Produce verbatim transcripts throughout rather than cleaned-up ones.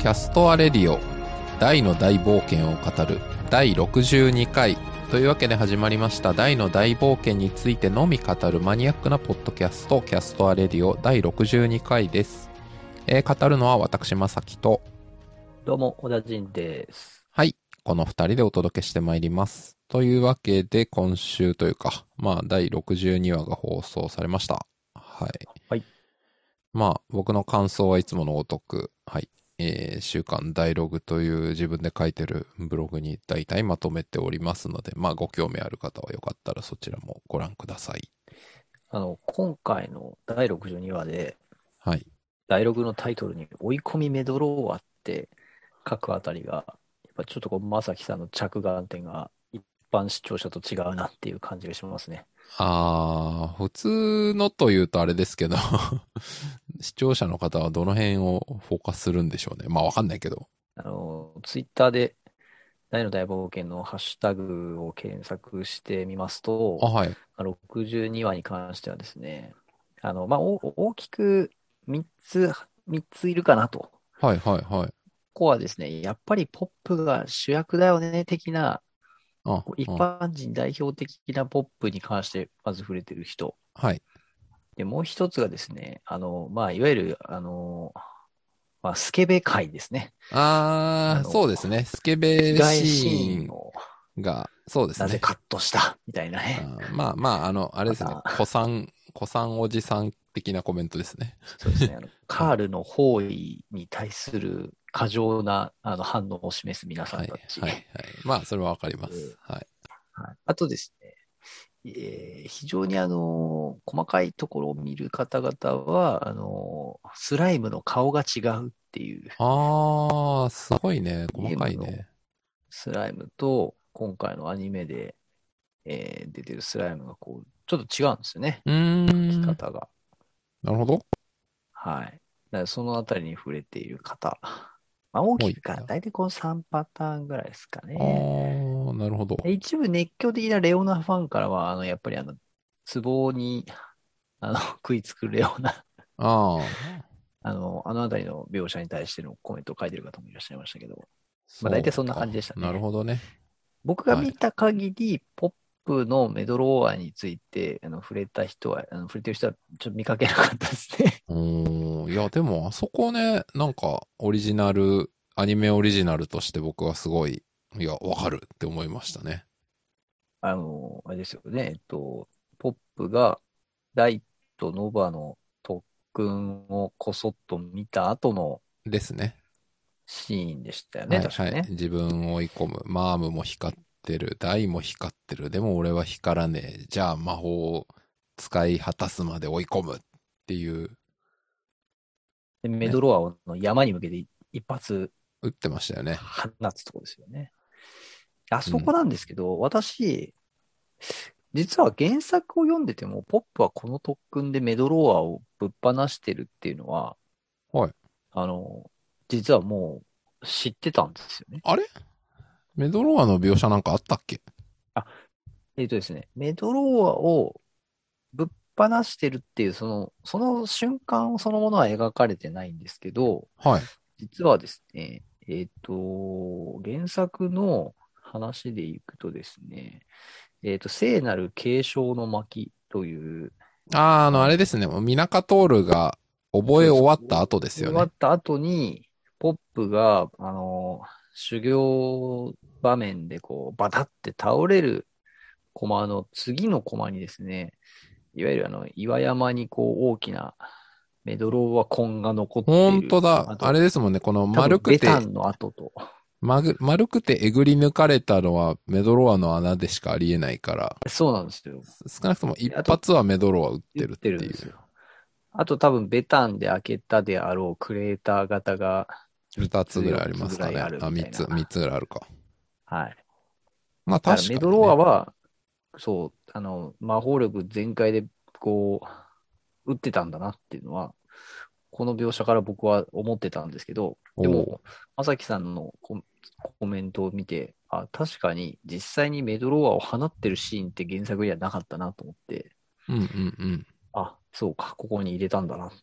キャストアレディオ大の大冒険を語るだいろくじゅうにかいというわけで始まりました大の大冒険についてのみ語るマニアックなポッドキャストキャストアレディオだいろくじゅうにかいです、えー、語るのは私まさきとどうも小田陣です。 はい、このふたりでお届けしてまいりますというわけで今週というかまあだいろくじゅうにわが放送されました。はい、 はい、 まあ僕の感想はいつものごとく、はい、えー、週刊ダイログという自分で書いてるブログに大体まとめておりますので、まあご興味ある方はよかったらそちらもご覧ください。 あの今回のだいろくじゅうにわではい。 だいろくのタイトルに追い込みメドローアって書くあたりが、やっぱちょっとこうまさきさんの着眼点が一般視聴者と違うなっていう感じがしますね。 あー、普通のというとあれですけど視聴者の方はどの辺をフォーカスするんでしょうね。まあわかんないけど。 あのツイッターで大の大冒険のハッシュタグを検索してみますあ、 と、 はい。 ろくじゅうにわに関してはですね、あの、まあ、お大きくみっつ、みっついるかなと。 はいはいはい。 ここはですね、やっぱりポップが主役だよね、的な、 あ、 こう一あ、 般人代表的なポップに関してまず触れてる人。 はい。 で、もう一つがですね、あの、まあ、いわゆる、あの、まあ、スケベ界ですね。ああー、そうの、 ですね。スケ着ベシ替えシーーンンをが、そうですね。 なぜカットしたみたいなね。 あーまあまあ、あの、あれですね。 また、 古参、古参おじさん的なコメントですね。 そうですね、あの、 はい。 カールの包囲に対する過剰なあの反応を示す皆さはい、 んたち。 はい、はい。まあ、それはわかりまえーす。はい。 はい、あとですね、えー非常にあの、細かいところを見る方々は、あの、スライムの顔が違うっていう、 あー、すごいね。細ゲームのかいね。 スライムと、今回のアニメで、えー出てるスライムがこう、ちょっと違うんですよね。 うー描きん、 方が。 なるほど。 はい。だからそのあたりに触れている方。まあ、大もういっきくか、だいたいこのさんパターンぐらいですかあね。 ー、なるほど。 で一部熱狂的なレオナファンからは、あの、やっぱりあの、ツボに、あの、食いつくレオナ、 あー、 あの、あのあたりの描写に対してのコメントを書いてる方もいらっしゃいましたけど、まあ大体そんな感じそうか。なるでしたね。 ほどね。 僕がはい。 見た限り、ポップのメドローアについて、あの、触れた人は、あの、触れてる人はちょっと見かけなかったですね。 うーん、いや、でも、あそこね、なんか、オリジナル、アニメオリジナルとして僕はすごい、いや、わかるって思いましたね。 あの、あれですよね。えっと、ポップがライト、ノバの特訓をこそっと見た後のですね。 シーンでしたよね、 はいはい。 確かね。 自分を追い込む。マームも光ってる。ダイも光ってる。でも俺は光らねえ。じゃあ魔法を使い果たすまで追い込むっていう、 で、メね。 ドロアの山に向けて一発打ってましたよね。 放つとこですよね。あうん。 そこなんですけど、私、実は原作を読んでても、ポップはこの特訓でメドローアをぶっ放してるっていうのは、 はい。 あの、実はもう知ってたんですよね。 あれメドローアの描写なんかあったっけ？ あ、えっとですね、メドローアをぶっ放してるっていう、その、その瞬間そのものは描かれてないんですけど、 はい。 実はですね、えっと、原作の話でいくとですね、えっと、聖なる継承の巻という、 あー、あの、 あの、 あれですね。もうミナカトールが覚そうです。 え終わったお後ですよね。 終わった後に、ポップが、あの、修行場面でこう、バタって倒れるコマの次のコマにですね、いわゆるあの、岩山にこう大きなメドローア痕が残っていほんる。 とだ。ああと、 れですもんね。この多分丸くて、 ベタンの跡と。 まぐ、丸くてえぐり抜かれたのはメドロアの穴でしかありえないから、 そうなんですよ。 少なくとも一であと、 発はメドロア撃ってるっ言ってるていう。 んですよ。あと多分ベタンで開けたであろうクレーター型が3つ、 二つぐらいあ 4 りますかね。 つぐらいあるあ、三つ、 みたいな。 三つぐらいあるか。 はい。 まあだからメドローア確かにね。 は、そう、あの、魔法力全開でこう、打ってたんだなっていうのは、この描写から僕は思ってたんですけど、 おお。 でも、まさきさんのココメントを見て、あ、確かに実際にメドローアを放ってるシーンって原作にはなかったなと思って、 うんうんうん。 あ、そうか、ここに入れたんだなって。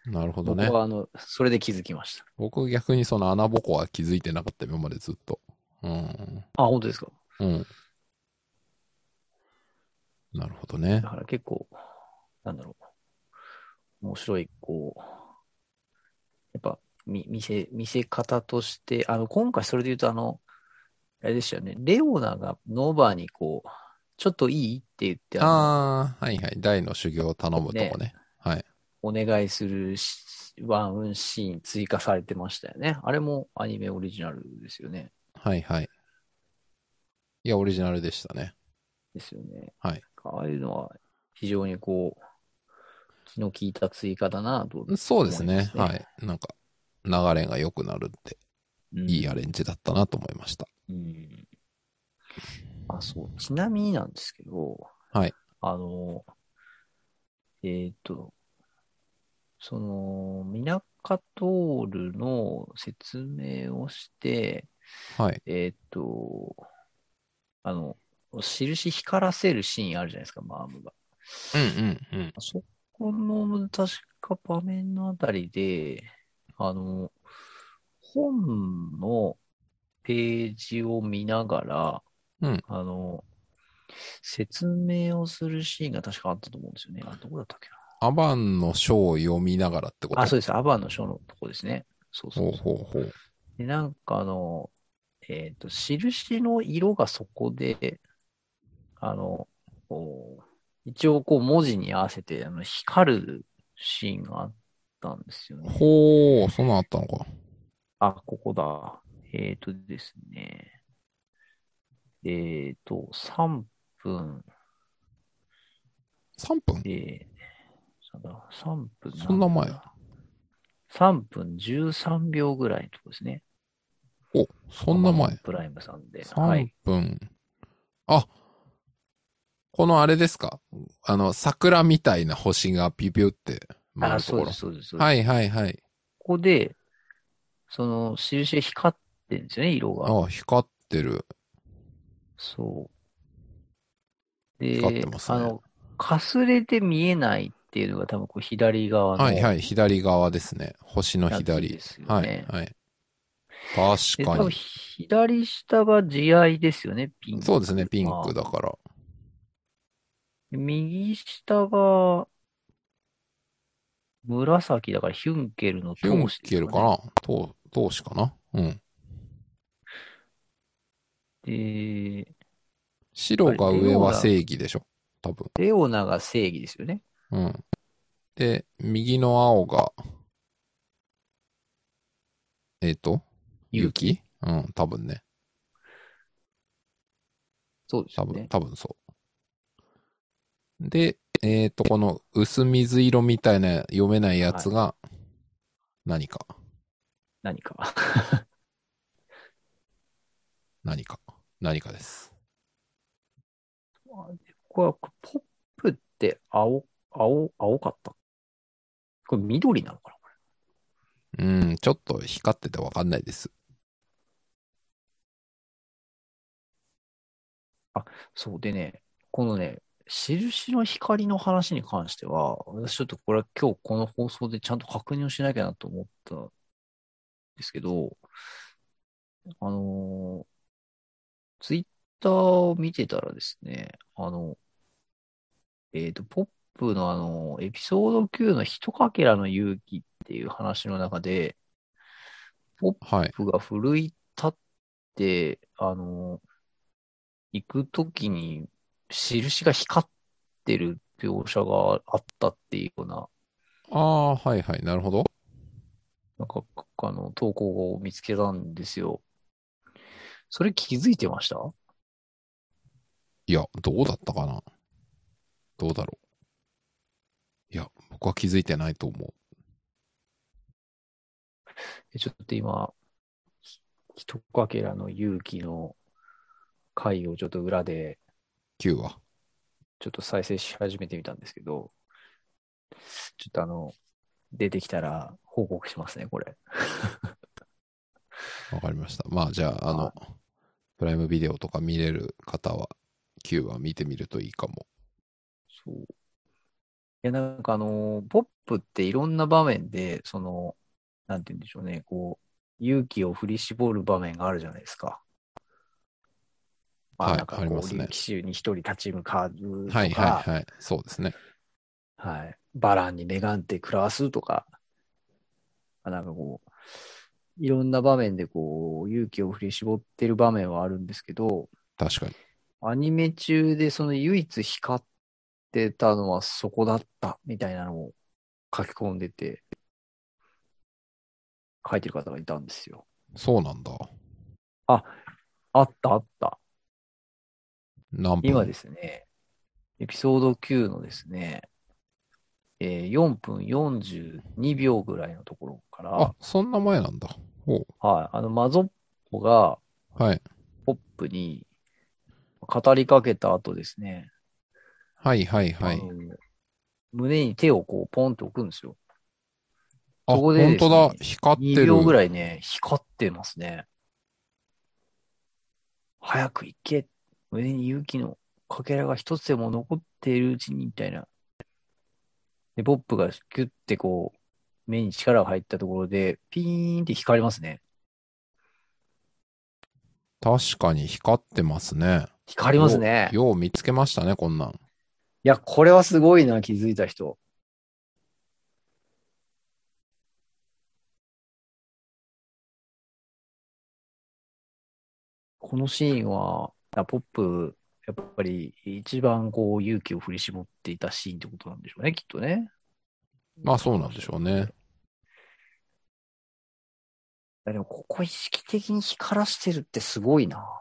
なるほどね。 僕はあの、それで気づきました。 僕逆にその穴ぼこは気づいてなかった今までずっと。うん。 あ、本当ですか。 うん。なるほどね。 だから結構、なんだろう。面白い、こう、やっぱ、み、見せ、見せ方として、あの、今回それで言うと、あの、あれでしたよね。レオナがノバにこう、ちょっといいって言って、あの、 ああ、はいはい。大の修行を頼むとこね、 ね。はい。 お願いするしワンシーン追加されてましたよね。あれもアニメオリジナルですよね。 はいはい。いや、オリジナルでしたね。 ですよね。 はい。 ああいうのは非常にこう、気の利いた追加だなとそうですね。 思いますね。 はい。なんか、流れが良くなるって、 ういいアレンん。 ジだったなと思いました。 うん。あ、そう。ちなみになんですけど、 はい。 あの、えっと、その、ミナカトールの説明をして、 はい。 えっと、あの、印光らせるシーンあるじゃないですか、マームが。 うんうんうん。 そこの、確か場面のあたりで、あの、本のページを見ながら、 うん。 あの、説明をするシーンが確かあったと思うんですよね。あ、どこだったっけな。 アバンの書を読みながらってこあ、 と？ そうです。アバンの書のとこですね。そうそうほうそう。 ほうほう。 で、なんかあの、えっと、印の色がそこで、あの、こう一応こう文字に合わせて、あの、光るシーンがあったんですよね。 ほう、そんなんあったのか。 あ、ここだ。えっとですね。えっと、さんぷん、 さんぷん？ えー、そうだ、さんぷんそんな前？ 何秒だ。さんぷんじゅうさんびょうぐらいのとこですね。 お、そアんな前。 マゾンプライムさんで。は 3 い。 分。あ、このあれですか？あの、桜みたいな星がピュピュって回あ、 るところ。 そうです、そうです、そうではいす。 はいはい。 ここで、その、印が光ってるんですよね、色が。 あ、光ってる。 そう。 光ってで、 ますね。 あの、かすれて見えないっていうのが多分こう左側のはいはい、左側ですね。星のやつで左。 すよはいね。 はい。確で、多分かに。 左下が地合いですよね、ピンそうですね、 ク。 ピンまあ、 クだから。 で右下が紫だからヒュンケルのヒュン闘志ですかね。 ケルかな？と投資かな？うん。 で、あれ、 白が上はレオナ、 正義でしょ？多分。 レオナが正義ですよね。 うん。で、右の青が、えっと、 勇気。 雪。うん、多分ね。多分、 そうですよね。 多分そう。で、えっと、この薄水色みたいな読めないやはい。 つが何か。 何か。 何か。何かです。 あでこれは、ポップって青、青、青かった。これ緑なのかなこれ。 うん、ちょっと光っててわかんないです。 あ、そうでね、このね、印の光の話に関しては、私ちょっとこれは今日この放送でちゃんと確認をしなきゃなと思ったんですけど、あのツイッターを見てたらですね、あの、えっと、ポップのあの、エピソードきゅうのひとかけらの勇気っていう話の中で、ポッはい。 プが奮い立って、あの、行くときに印が光ってる描写があったっていうような、 ああ、はいはい、なるほど。 なんか、あの、投稿を見つけたんですよ。それ気づいてました？ いや、どうだったかな？どうだろう。いや、僕は気づいてないと思う。 えちょっと今、ひとかけらの勇気の回をちょっと裏で、 きゅうは。 ちょっと再生し始めてみたんですけど、ちょっとあの、出てきたら報告しますね、これ。 わかりました。まあ、じゃあ、あの、 あ、 プライムビデオとか見れる方は、きゅうは見てみるといいかも。 そう。 や、なんかあのーポップっていろんな場面で、その、なんて言うんでしょうね、こう、勇気を振り絞る場面があるじゃないですか。まあはい、 なんかこう、 ありますね。 竜騎衆に一人立ち向かうはいはいとか、 はい。そうですね。 はい。バランに女ンテ食らわすとか、まあなんかこう、いろんな場面でこう、勇気を振り絞ってる場面はあるんですけど、 確かに。 アニメ中でその唯一光ってたのはそこだったみたいなのを書き込んでて、書いてる方がいたんですよ。 そうなんだ。 あ、あったあった。今で何分？ すね、エピソードきゅうのですね、えーよんぷんよんじゅうにびょうぐらいのところかあ、 ら、 そんな前なんだ。ほはい、あの、マゾッポがう。はい。 ポップに語りかけた後ですね、 はいはいはあの、 い。 胸に手をこうポンと置くんですよ。そあ、 こで本当だ。 ですね、2 光ってる。 秒ぐらいね、光ってますね。早く行け。胸に勇気のかけらが一つでも残っているうちに、みたいな。で、ポップがキュッてこう、目に力が入ったところで、ピーンって光りますね。 確かに光ってますね。 光りますよう、 ね。 よう見つけましたね、こんなん。 いや、これはすごいな、気づいた人。このシーンは、あポップ、やっぱり一番こう勇気を振り絞っていたシーンってことなんでしょうね、きっとね。 まあそうなんで話の中で。 しょうね。 いやでも、ここ意識的に光らしてるってすごいな。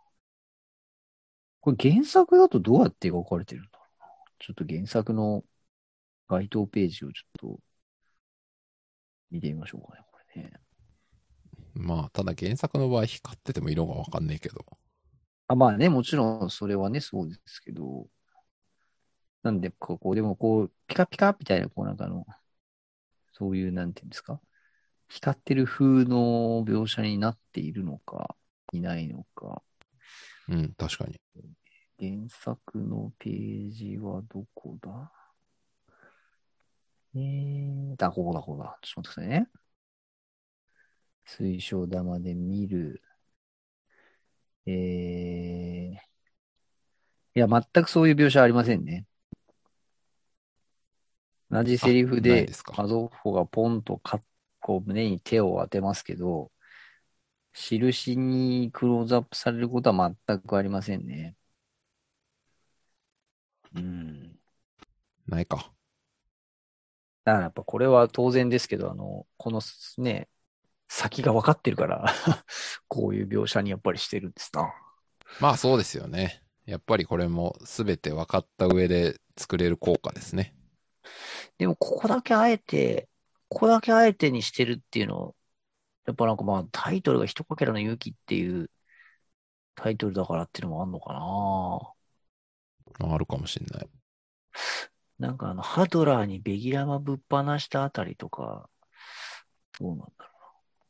これ原作だとどうやって描かれてるんだろうな。ちょっと原作の該当ページをちょっと見てみましょうかね、これね。 まあ、ただ原作の場合光ってても色がわかんねえけど。 あ、まあね、もちろんそれはね、そうですけど、なんで、ここでもこう、ピカピカみたいな、こうなんかあの、そういう、なんていうんですか、光ってる風の描写になっているのか、いないのか。 うん、確かに。 原作のページはどこだえー、だ、ここだ、ここだ。ちょっと待ってくださいね。水晶玉で見る。えー、いや、全くそういう描写ありませんね。同じセあ、 リフで、 ないですか。 マゾッホがポンとかこう胸に手を当てますけど、印にクローズアップされることは全くありませんね。うん。 ないか。 だからやっぱこれは当然ですけど、あの、このね、先が分かってるからこういう描写にやっぱりしてるんですな。 まあそうですよね。やっぱりこれも全て分かった上で作れる効果ですね。 でもここだけあえて、ここだけあえてにしてるっていうの、やっぱなんかまあタイトルが一かけらの勇気っていうタイトルだからっていうのもあんのかな。 あるかもしんない。 なんかあの、ハドラーにベギラマぶっ放したあたりとか、どうなんだろう。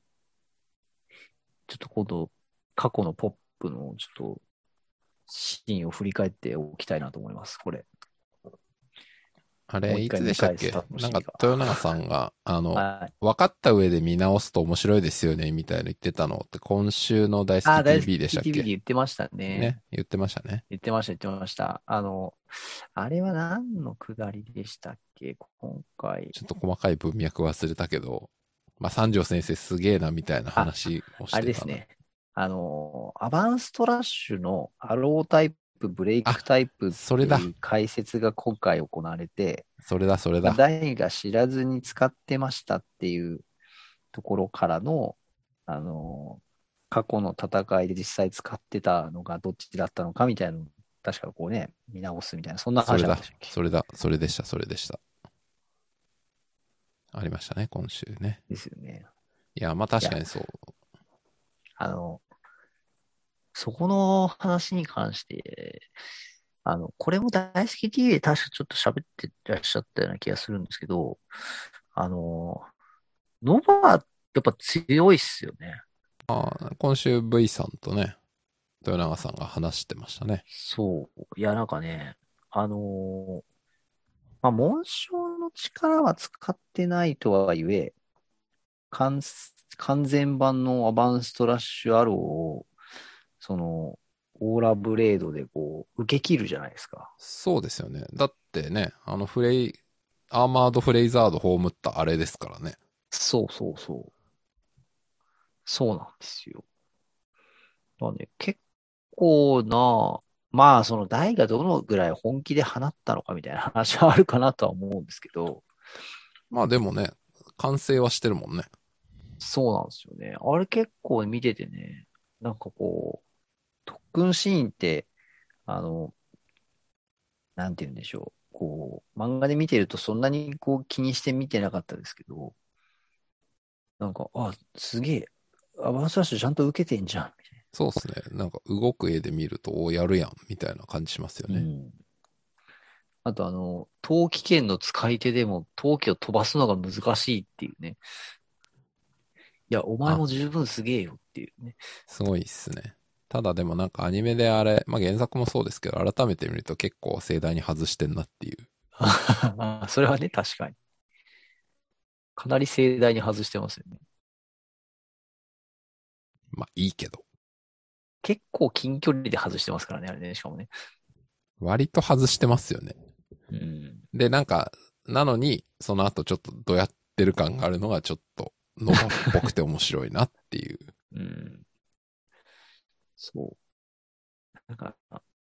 ちょっと今度、過去のポップのちょっとシーンを振り返っておきたいなと思います。これ。 あれ、 もう一回いつで見返すしたっけ？なんか、 楽しみが。 豊永さんが、あの、 はい。 分かった上で見直すと面白いですよね、みたいな言ってたのって、今週の大好きああ、大好ティーブイ でしきたっティーブイ でけ？ 言ってましたね。 ね、言ってましたね。 言ってました、言ってました。あの、あれは何のくだりでしたっけ今回。 ちょっと細かい文脈忘れたけど、まあ、三条先生すげえな、みたいなあ、 話をしあれてたな。 ですね。あの、アバンストラッシュのアロータイプ、ブレイあ、 クタイプってそれだ。 いう解説が今回行われて、 それだ、それまあ、 だ。 誰が知らずに使ってましたっていうところからの、あの、過去の戦いで実際使ってたのがどっちだったのかみたいなのを、確かこうね、見直すみたいな、そんな話それだ。 じゃなかったでしたっけ？ それだ。それでした。それでした。ありましたね、今週ね。 ですよね。 いや、まあいや、 確かにそう。 あの、そこの話に関して、あの、これも大好き ティーブイ で確かちょっと喋ってらっしゃったような気がするんですけど、あの、ノバ、やっぱ強いっすよね。 あー今週 V さんとね、豊永さんが話してましたね。 そう。いや、なんかね、あのまあ、紋章の力は使ってないとはいえ、完、完全版のアバンストラッシュアローを、その、オーラブレードでこう、受け切るじゃないですか。 そうですよね。だってね、あのフレイ、アーマードフレイザード葬ったあれですからね。 そうそうそう。そうなんですよ。まあね、結構な、まあ、その台がどのぐらい本気で放ったのかみたいな話はあるかなとは思うんですけど、 まあでもね、完成はしてるもんね。 そうなんですよね。あれ結構見ててね、なんかこう、特訓シーンって、あの、なんて言うんでしょう。こう、漫画で見てるとそんなにこう気にして見てなかったですけど、なんか、あ、すげえ、アバンスラッシュちゃんと受けてんじゃん、みたいそうっすね。なんか動く絵で見ると、おやるやん、みたいな感じしますよな。うね。 ん。あとあの、陶器剣の使い手でも陶器を飛ばすのが難しいっていうね。いや、お前あ、 も十分すげえよっていうね。 すごいっすね。ただでもなんかアニメであれ、まあ原作もそうですけど、改めて見ると結構盛大に外してんなっていう。 あそれはね、確かに。かなり盛大に外してますよね。 まあいいけど。 結構近距離で外してますからね、あれね、しかもね。 割と外してますよね。 うん。 で、なんか、なのに、その後ちょっとどうやってる感があるのがちょっと、ノバっぽくて面白いなっていう。 うん。そう。なんか、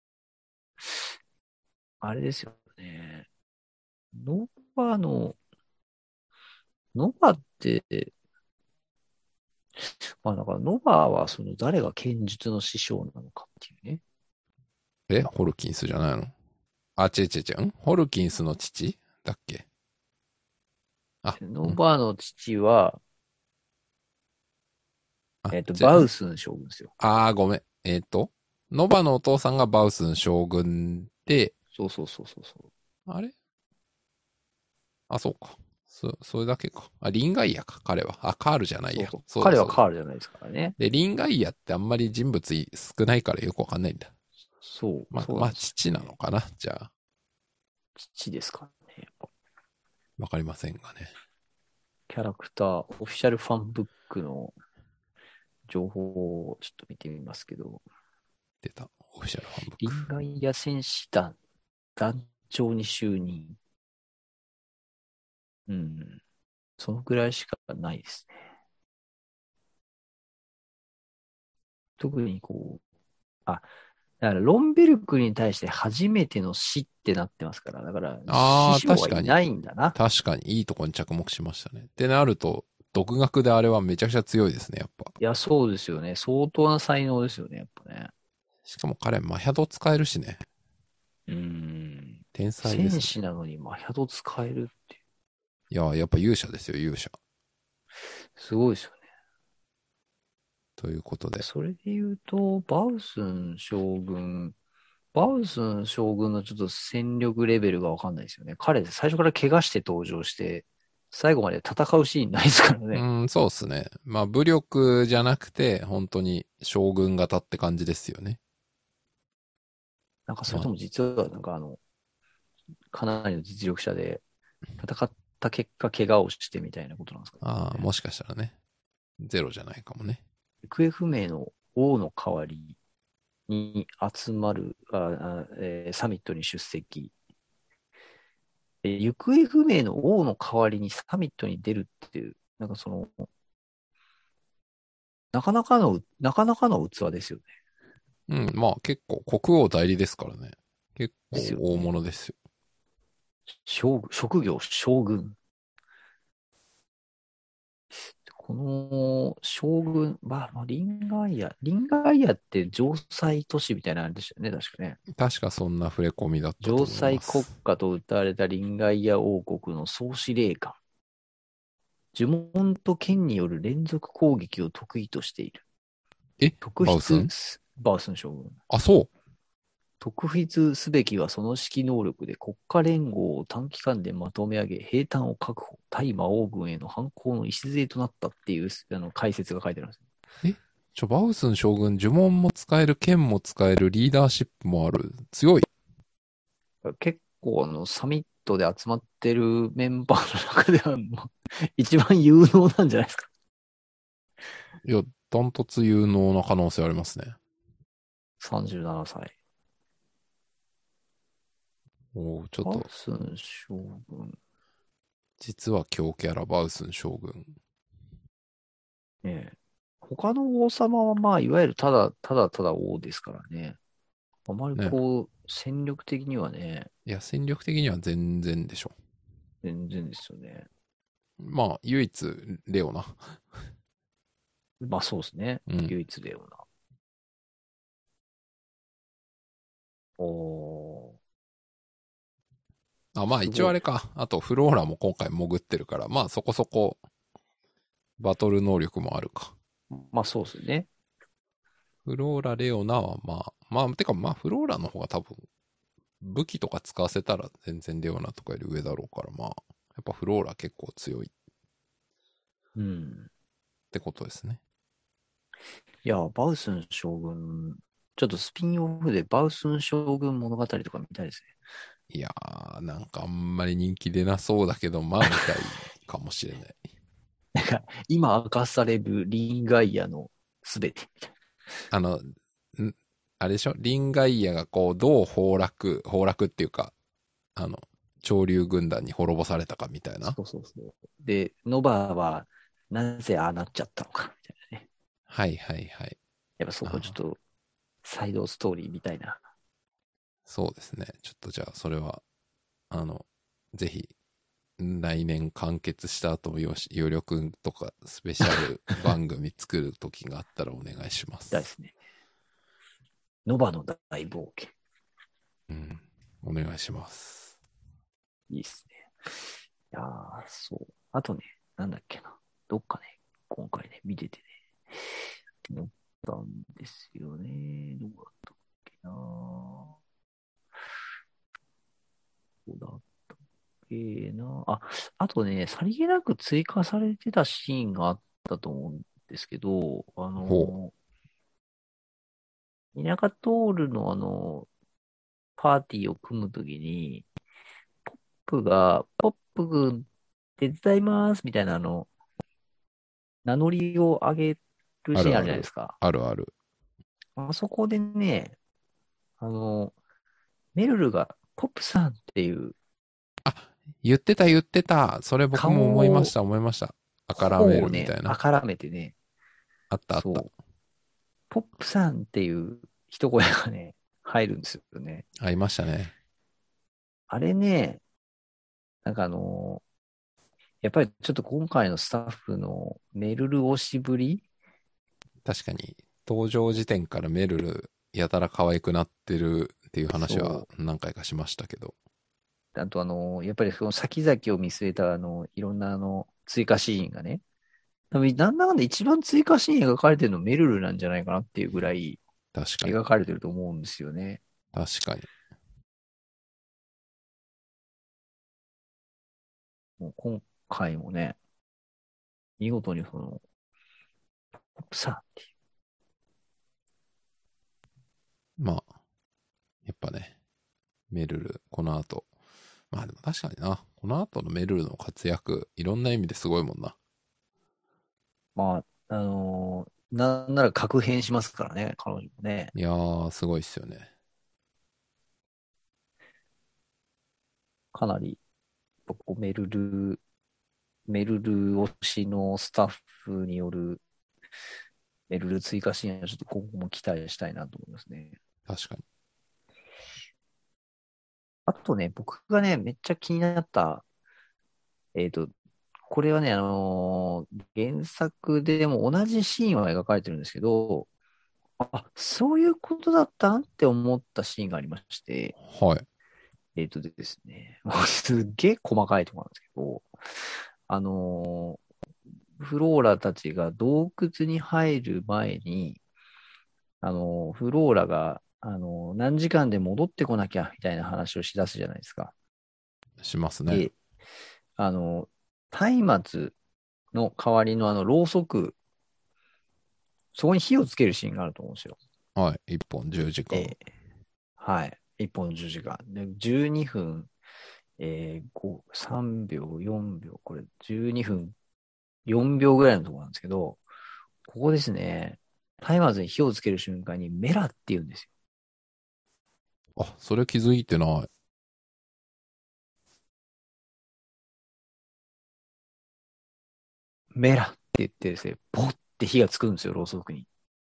あれですよね。ノバの、ノバって、まあだからノバはその誰が剣術の師匠なのかっていうね。 え、ホルキンスじゃないの？あ、違う違う違う。んホルキンスの父だっけ？あ、うん。 ノバの父は、 あ、 えっと、 じゃ、んバウスン将軍ですよ。 あー、ごめん。えっと、ノバのお父さんがバウスン将軍で、 そうそうそうそうそう。 あれあ、そうか。そ、それだけか。あ、リンガイアか、彼は。あ、カールじゃないや。 そうそう。彼はそうだそうだ。 カールじゃないですからね。 で、リンガイアってあんまり人物少ないからよくわかんないんだ。 そう、 まあ、まあ、 そうなんです父なよね。 のかなじゃあ、 父ですからね。やっぱわかりませんがね。 キャラクター、オフィシャルファンブックの情報をちょっと見てみますけど、 出た。オフィシャルファンブッリク。 ンガイア戦士団団長に就任。うん。そのぐらいしかないですね。特にこう、あ、だからロンベルクに対して初めての死ってなってますから、だから師あー、確かに。 匠はいないんだな。 確かに、いいとこに着目しましたね。ってなると、独学であれはめちゃくちゃ強いですね、やっぱ。 いや、そうですよね。相当な才能ですよね、やっぱね。 しかも彼、マヒャド使えるしね。 うーん。 天才ですね。 戦士なのにマヒャド使えるっていう。 いや、やっぱ勇者ですよ、勇者。 すごいですよね。 ということで。 それで言うと、バウスン将軍、バウスン将軍のちょっと戦力レベルがわかんないですよね。彼、最初から怪我して登場して、最後まで戦うシーンないですからね。 うーん、そうっすね。まあ、武力じゃなくて、本当に将軍型って感じですよね。 なんかそれまあ、 とも実は、なんかあの、かなりの実力者で、戦った結果怪我をしてみたいなことなんですかああ、 ね。 もしかしたらね。ゼロじゃないかもね。 行方不明の王の代わりに集まる、ああえーサミットに出席。えー行方不明の王の代わりにサミットに出るっていう、なんかその、なかなかの、なかなかの器ですよね。 うん、まあ結構国王代理ですからね。結構大ですよね。 物ですよ。 将軍、職業将軍。この将軍、まあ、まあ、リンガイア、リンガイアって城塞都市みたいなんでしたよね、確かね。 確かそんな触れ込みだったと城思い塞国ます。 家と謳われたリンガイア王国の総司令官。呪文と剣による連続攻撃を得意としている。 え特バウスン？ 筆す、バースン将軍。 あ、そう。 特筆すべきはその指揮能力で国家連合を短期間でまとめ上げ、兵站を確保、対魔王軍への反抗の礎となったっていうあの解説が書いてあるんです。 えちょ、バウスン将軍、呪文も使える、剣も使える、リーダーシップもある。強い。 結構あの、サミットで集まってるメンバーの中ではもう一番有能なんじゃないですか。 いや、ダントツ有能な可能性ありますね。 さんじゅうななさい。 おーちょっバウと、 スン将軍。 実は強キャラ、バウスン将軍。 ねえ。他の王様はまあ、いわゆるただ、ただただ王ですからね。あまりね。 こう、戦力的にはね、 いや、戦力的には全然でしょ。 全然ですよね。 まあ、唯一、レオナ。 まあそうですね。 うん。 唯一だよな。おー、 あ、まあすごい。 一応あれか。あと、フローラも今回潜ってるから、まあそこそこ、バトル能力もあるか。 まあそうですね。 フローラ、レオナはまあ、まあ、てかまあ、フローラの方が多分、武器とか使わせたら全然レオナとかより上だろうから、まあ、やっぱフローラ結構強いっうん。 てことですね。 いや、バウスン将軍、ちょっとスピンオフでバウスン将軍物語とか見たいですいやー、なんかあんまり人気出なそうだけど、まあ見たいかもしれない。 ね。なんか、今明かされるリンガイアのすべて。 あの、んあれでしょリンガイアがこう、どう崩落、崩落っていうか、あの、潮流軍団に滅ぼされたかみたいな。 そうそうそう。で、ノバはなぜああなっちゃったのか、みたいなね。 はいはいはい。 やっぱそこちょっあと、サイドストーリーみたいな。 そうですね。ちょっとじゃあ、それは、あの、ぜひ、来年完結した後もよし、有力とかスペシャル番組作る時があったらお願いします。 みたいですね。ノバの大冒険。 うん。お願いします。 いいっすね。いやー、そう。あとね、なんだっけな。どっかね、今回ね、見ててね、思ったんですよね。どうだったっけな。どうだったっけな。あ、あとね、さりげなく追加されてたシーンがあったと思うんですけど、あほの、田舎トールのあの、パーティーを組むときに、ポップが、ポップ軍手伝いますみたいなあの、名乗りを上げるう。あシーンあるるある。 じゃないですか。 あるある。 あそこでね、あの、メルルがポップさんっていうあ、言ってた言ってた。それ僕顔も思いましを、 た思いました。あからめ頬をね、 るみたいな。 あからめてね、 あったあった。 そう、ポップさんっていう一声がね、入るんですよね。 ありましたね。 あれね、なんかあの、やっぱりちょっと今回のスタッフのメルル推しぶり、 確かに、登場時点からメルルやたら可愛くなってるっていう話はそう、 何回かしましたけど。 あとあの、やっぱりその先々を見据えたあの、いろんなあの、追加シーンがね、多分なんだかんだ一番追加シーン描かれてるのメルルなんじゃないかなっていうぐらい確かに。 描かれてると思うんですよね。 確かに。 もう今回もね、見事にその、ポップさんっていう。 まあ、やっぱね、メルル、この後。まあでも確かにな。この後のメルルの活躍、いろんな意味ですごいもんな。 まあ、あのーなんなら確変しますからね、彼女もね。 いやー、すごいっすよね。 かなり、こうメルル、メルル推しのスタッフによるメルル追加シーンはちょっと今後も期待したいなと思いますね。 確かに。 あとね、僕がね、めっちゃ気になった、えっと、これはね、あのー原作でも同じシーンは描かれてるんですけど、あ、そういうことだったんって思ったシーンがありまして、 はい。 えっとですね、もうすっげえ細かいところなんですけど、あのーフローラたちが洞窟に入る前に、あのーフローラが、あのー何時間で戻ってこなきゃみたいな話をしだすじゃないですか。 しますね。 で、あのー松明の代わりのあの、ろうそく、そこに火をつけるシーンがあると思うんですよ。 はい。一本じゅうじかん。 ええはい。一本じゅうじかん。で、じゅうにふんえー、ご、さんびょう、よんびょう、これじゅうにふん、よんびょうぐらいのところなんですけど、ここですね、松明に火をつける瞬間にメラって言うんですよ。 あ、それ気づいてない。 メラって言ってですね、ボッって火がつくんですよ、ろうそくに。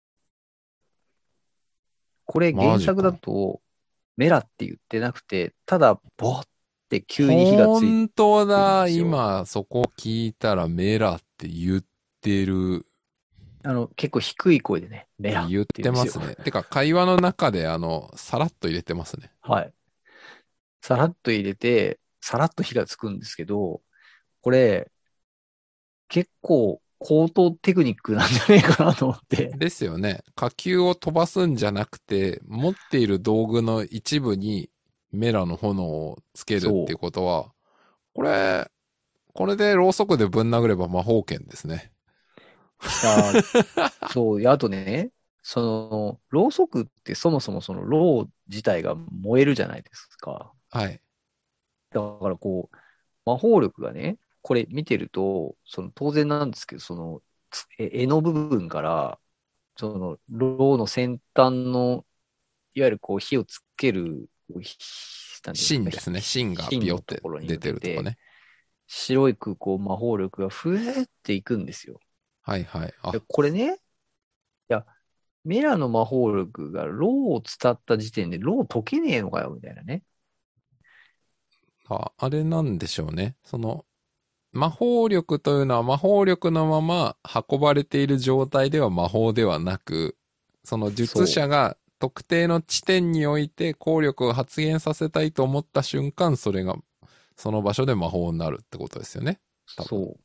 これ原作だマジか。 と、メラって言ってなくて、ただ、ボッって急に火がついほんとてるんでだ。 すよ。 今、そこ聞いたらメラって言ってる。 あの、結構低い声でね、メラって言っ言うんですよ。 てますね。てか、会話の中で、あの、さらっと入れてますね。 はい。さらっと入れて、さらっと火がつくんですけど、これ、結構高等テクニックなんじゃないかなと思って。 ですよね。火球を飛ばすんじゃなくて、持っている道具の一部にメラの炎をつけるっていうそう。 ことは、これ、これでろうそくでぶん殴れば魔法剣ですね。 いや、そう。いやあとね、その、ろうそくってそもそもその、ろう自体が燃えるじゃないですか。 はい。 だからこう、魔法力がね、これ見てると、その当然なんですけど、その、つえ柄の部分から、その、ろうの先端の、いわゆるこう火をつける、こうひなんていうんですか、ひ芯ですね。芯が芯のピヨってところに出向けて、 てるとこね。 白い空こう魔法力がふえっていくんですよ。 はいはい。 であ、 これね、いや、メラの魔法力がローを伝った時点でロー解けねえのかよ、みたいなね。 あ、あれなんでしょうね。その、魔法力というのは魔法力のまま運ばれている状態では魔法ではなく、その術そう。 者が特定の地点において効力を発現させたいと思った瞬間、それがその場所で魔法になるってことですよね。多分。 そう。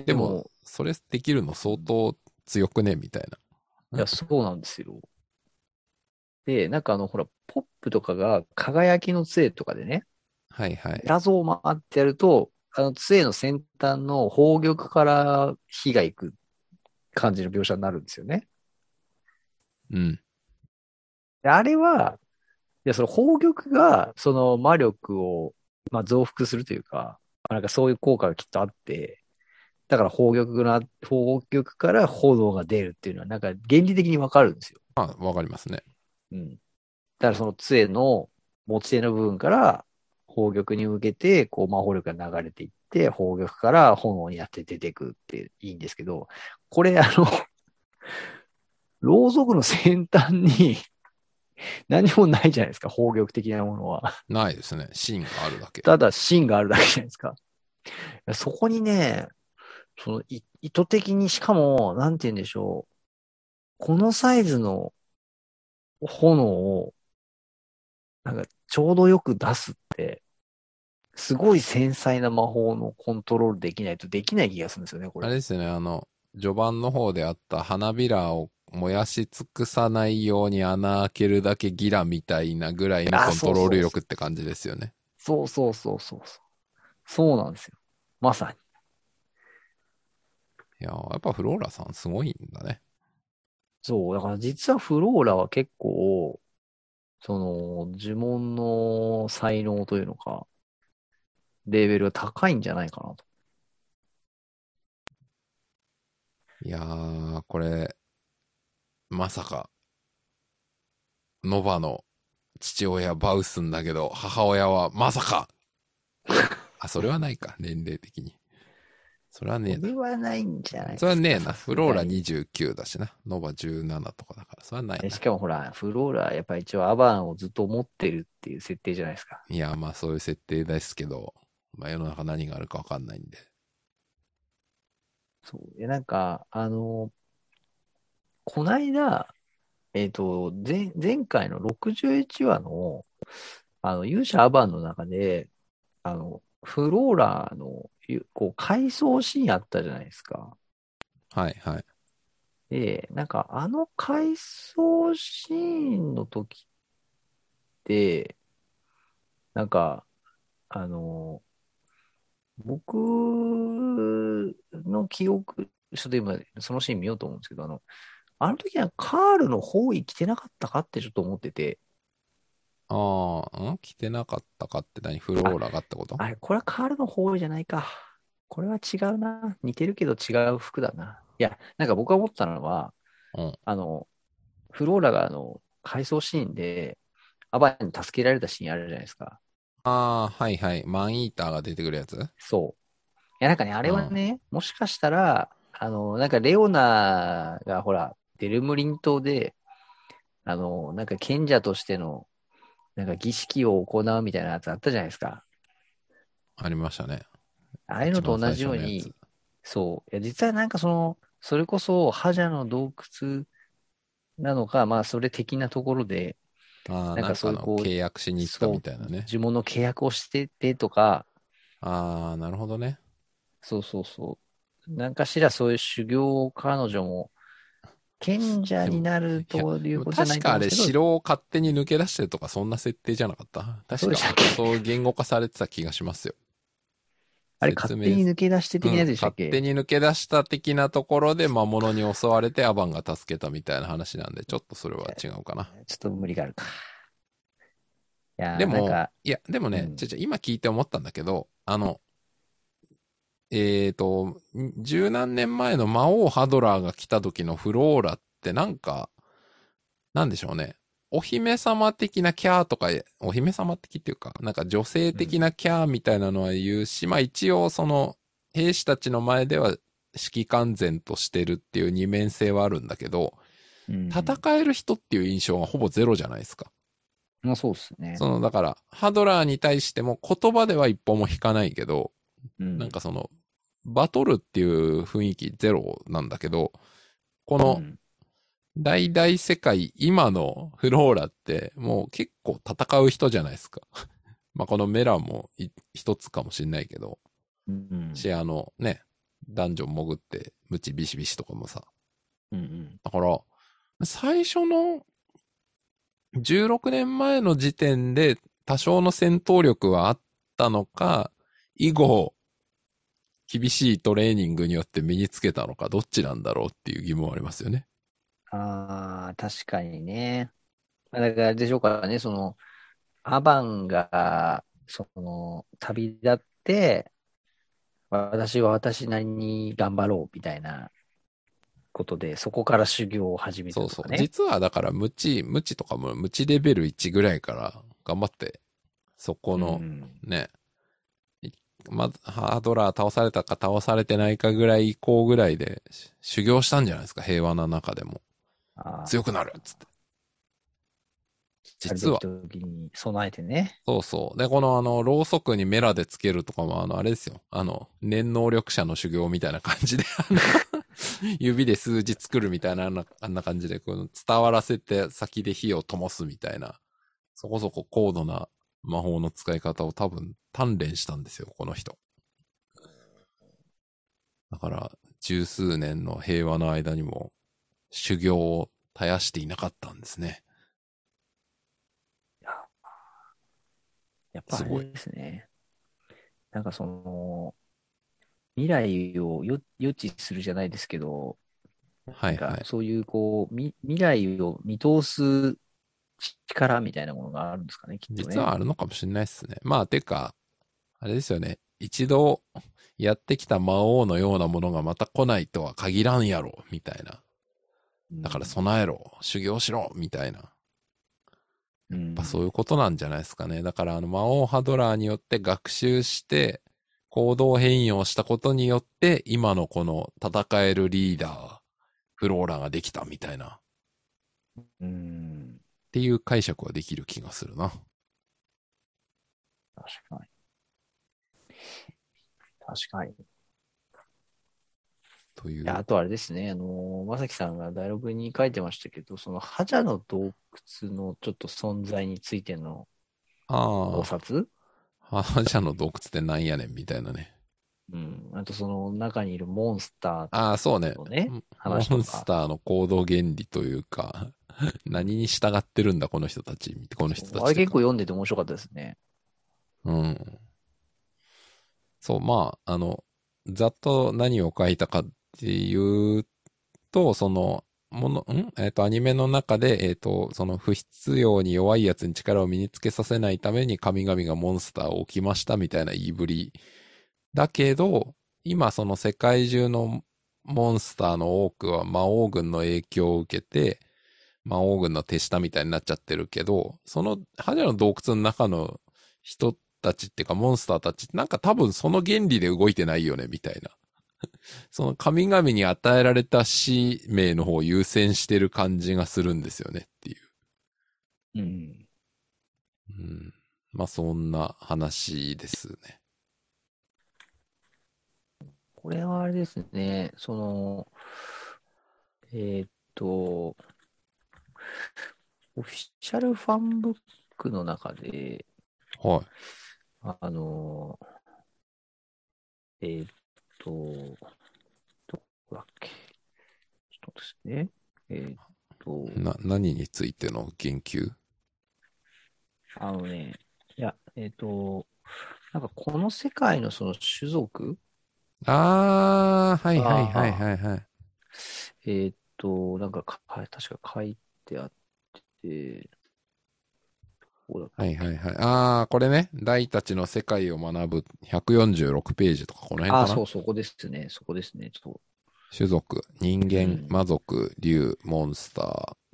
でも、 でも、 それできるの相当強くねみたいな。んいや、そうなんですよ。で、なんかあの、ほら、ポップとかが輝きの杖とかでね、 はいはい。 画像を回ってやると、あの杖の先端の宝玉から火が行く感じの描写になるんですよね。 うん。 であれは、いや、その宝玉が、その魔力を、まあ、増幅するというか、まあなんかそういう効果がきっとあって、だから宝玉な、宝玉から炎が出るっていうのは、なんか原理的にわかるんですよ。 あ、わかりますね。 うん。だからその杖の持ち手の部分から宝玉に向けて、こう魔法力が流れていって、宝玉から炎になって出てくっていいんですけど、これあの、ろうそくの先端に何もないじゃないですか、宝玉的なものは。 ないですね。芯があるだけ。 ただ芯があるだけじゃないですか。そこにね、そのい意図的に、しかも、なんて言うんでしょう。このサイズの炎を、なんかちょうどよく出すって、すごい繊細な魔法のコントロールできないとできない気がするんですよね、これ。 あれですね、あの、序盤の方であった花びらを燃やし尽くさないように穴開けるだけギラみたいなぐらいのあ、 コントロールそうそうそう。 力って感じですよね。 そうそうそうそうそう。そうなんですよ。まさに。 いやー、やっぱフローラさんすごいんだね。 そう。だから実はフローラは結構、その、呪文の才能というのか、レベルが高いんじゃないかなと。 いやー、これ、まさか、ノバの父親バウスんだけど、母親はまさかあ、それはないか、年齢的に。それはねえこれはないんじゃなな。 いですか、 それはねえな。 さフローラすがに。 にじゅうきゅうだしな。ノバじゅうななとかだから、それはないえしな。 かもほら、フローラ、やっぱり一応アバンをずっと持ってるっていう設定じゃないですか。 いや、まあそういう設定ですけど、まあ世の中何があるかわかんないんで。 そう。で、なんか、あの、こないだ、えっと、前、前回のろくじゅういちわの、あの、勇者アバンの中で、あの、フローラの、ゆこう、回想シーンあったじゃないですか。 はいはい。 で、なんか、あの回想シーンの時って、なんか、あの、僕の記憶、ちょっと今、そのシーン見ようと思うんですけど、あの、あの時はカールの包囲着てなかったかってちょっと思ってて、 ああ、ん着てなかったかって何フロあ、 ーラがってこと？ あれ、これはカールの方じゃないか。これは違うな。似てるけど違う服だな。いや、なんか僕が思ったのは、 うん。 あの、フローラがあの、回想シーンで、アバンに助けられたシーンあるじゃないですか。 ああ、はいはい。マンイーターが出てくるやつ？ そう。いや、なんかね、あれはうん。 ね、もしかしたら、あの、なんかレオナがほら、デルムリン島で、あの、なんか賢者としての、なんか儀式を行うみたいなやつあったじゃないですか。 ありましたね。 ああいうのと同一番最じように、 初のやつ。 そう。いや、実はなんかその、それこそ、覇者の洞窟なのか、まあ、それ的なところで、 ああ、 なんかなんかのそういうこう、 契約しに行ったみそう、 たいなね。 呪文の契約をしててとか、 ああ、なるほどね。 そうそうそう。なんかしらそういう修行を彼女も、賢者でも、 になるいや、 ということじゃな確かあれ、 いと思うんですけど、 城を勝手に抜け出してるとか、そんな設定じゃなかった？ あ、 確か、 そうでしたっけ？ そう言語化されてた気がしますよ。 あれ、勝手説明、 に抜け出して的なやつうん、 でしたっけ？ 勝手に抜け出した的なところで魔物に襲われてアバンが助けたみたいな話なんで、ちょっとそれは違うかな。 ちょっと無理があるか。いやー、なんでも、 か、 いや、でもね、ちょうん、 ちょ、今聞いて思ったんだけど、あの、えーと、十何年前の魔王ハドラーが来た時のフローラってなんか、なんでしょうね。お姫様的なキャーとか、お姫様的っていうか、なんか女性うん、 的なキャーみたいなのは言うし、まあ一応その、兵士たちの前では指揮官然としてるっていう二面性はあるんだけど、 うん。 戦える人っていう印象がほぼゼロじゃないですか。 まあ、そうっすね。 その、だから、ハドラーに対しても言葉では一歩も引かないけど、 うん、 なんかその、バトルっていう雰囲気ゼロなんだけど、このうん。 大々世界、今のフローラってもう結構戦う人じゃないですか。まあこのメラも一つかもしんないけど、 うん、 し、あのね、ダンジョン潜って、ムチビシビシとかもさ。 うん、うん。 だから、最初のじゅうろくねんまえの時点で多少の戦闘力はあったのか、以後、厳しいトレーニングによって身につけたのか、どっちなんだろうっていう疑問はありますよね。 ああ、確かにね。まあだから、あれでしょうかね、その、アバンが、その、旅立って、私は私なりに頑張ろう、みたいなことで、そこから修行を始めそうそう。 たとかね。 実はだから無知、無知とかも無知レベルいちぐらいから頑張って、そこうのん。 ね、いまず、ハードラー倒されたか倒されてないかぐらい以降ぐらいでし修行したんじゃないですか、平和な中でも。 あ強くなるっつっあ、 て。 あるべき実は。 時に備えてね。 そうそう。で、このあの、ろうそくにメラでつけるとかもあの、あれですよ。あの、念能力者の修行みたいな感じで、あの、指で数字作るみたいな、あんなあんな感じで、この伝わらせて先で火を灯すみたいな、そこそこ高度な魔法の使い方を多分鍛錬したんですよ、この人。だから、十数年の平和の間にも修行を絶やしていなかったんですね。 ややっぱあれすごい。 ですね。なんかその、未来を予予知するじゃないですけど、なんかはいはい。 そういうこう、み未来を見通す力みたいなものがあるんですかね、きっと実はね。 あるのかもしれないですね。まあ、てか、あれですよね。一度やってきた魔王のようなものがまた来ないとは限らんやろ、みたいな。だからうん。 備えろ、修行しろ、みたいな。やっうん。 ぱそういうことなんじゃないですかね。だからあの魔王ハドラーによって学習して、行動変容したことによって、今のこの戦えるリーダー、フローラができたみたいな。っうん。 ていう解釈はできる気がするな。 確かに。確かに。いや、 という。 あとあれですね、あの、まさきさんがダイアログに書いてましたけど、その、覇者の洞窟のちょっと存在についての考あ察。 あ、覇者の洞窟ってなんやねんみたいなね。 うん。あとその中にいるモンスターああ、そうね。 のね、 モ話とか。 ンスターの行動原理というか、 うん。 何に従ってるんだ、この人たち。この人そう、あれたちってか。 結構読んでて面白かったですね。 うん。そう、まあ、あの、ざっと何を書いたかっていうと、その、 もの、んえっと、アニメの中で、えっと、その不必要に弱いやつに力を身につけさせないために神々がモンスターを置きましたみたいな言いぶり。だけど、今その世界中のモンスターの多くは魔王軍の影響を受けて、魔王軍の手下みたいになっちゃってるけど、その覇者の洞窟の中の人たちっていうかモンスターたちってなんか多分その原理で動いてないよね、みたいな。その神々に与えられた使命の方を優先してる感じがするんですよねっていう。 うん。 うん。まあそんな話ですね。 これはあれですね、その、えーっと、オフィシャルファンブックの中で、 はあの、えーっと、どこだっけ。ちょっとですね。えーっい。 と、 な、何についての言及？ あのね、いや、えーっと、なんかこの世界のその種族あー、はいはいはいが、 はいはい。 えーっと、なんかか、確か書いてあって、どこだったっけ。 はいはいはい。あー、これね、大たちの世界を学ぶひゃくよんじゅうろくページとかこの辺ああ、 かな。 そう、そこですね。そこですね。そ種族、人う。う間、 ん。 魔族、竜、モンスター、 うん。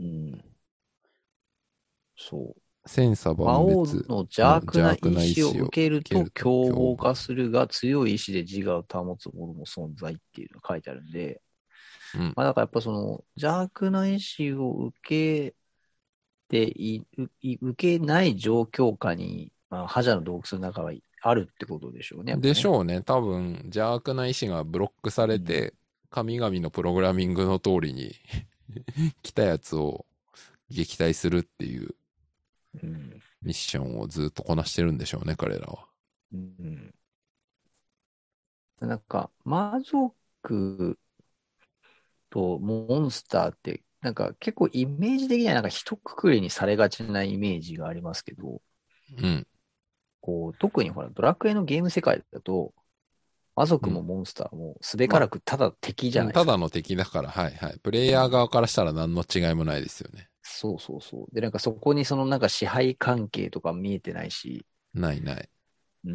そう。 千差魔万別王の邪の悪な邪悪な意意志を志を受受けるけるとと凶凶暴。 暴化するが強い意志で自我を保つ者も存在っていうのが書いてあるんで、 うん。 まあだからやっぱその邪悪な意志を受けてい、い受けない状況下に、まあ、覇者の洞窟の中はあるってことでしょうね、やっぱね。 でしょうね。多分、邪悪な意志がブロックさうん。 れて、神々のプログラミングの通りに来たやつを撃退するっていううん。 ミッションをずっとこなしてるんでしょうね、彼らは。 うん。なんか、魔族とモンスターって、なんか結構イメージ的にはなんか一括りにされがちなイメージがありますけど、 うん。 こう、特にほら、ドラクエのゲーム世界だと、魔うん。 族もモンスターもすべかまあ、 らくただ敵じゃうん、 ないですか。 ただの敵だから、はいはい。プレイヤーうん。 側からしたら何の違いもないですよね。 そうそうそう。で、なんかそこにそのなんか支配関係とか見えてないし、 ないない。 うん。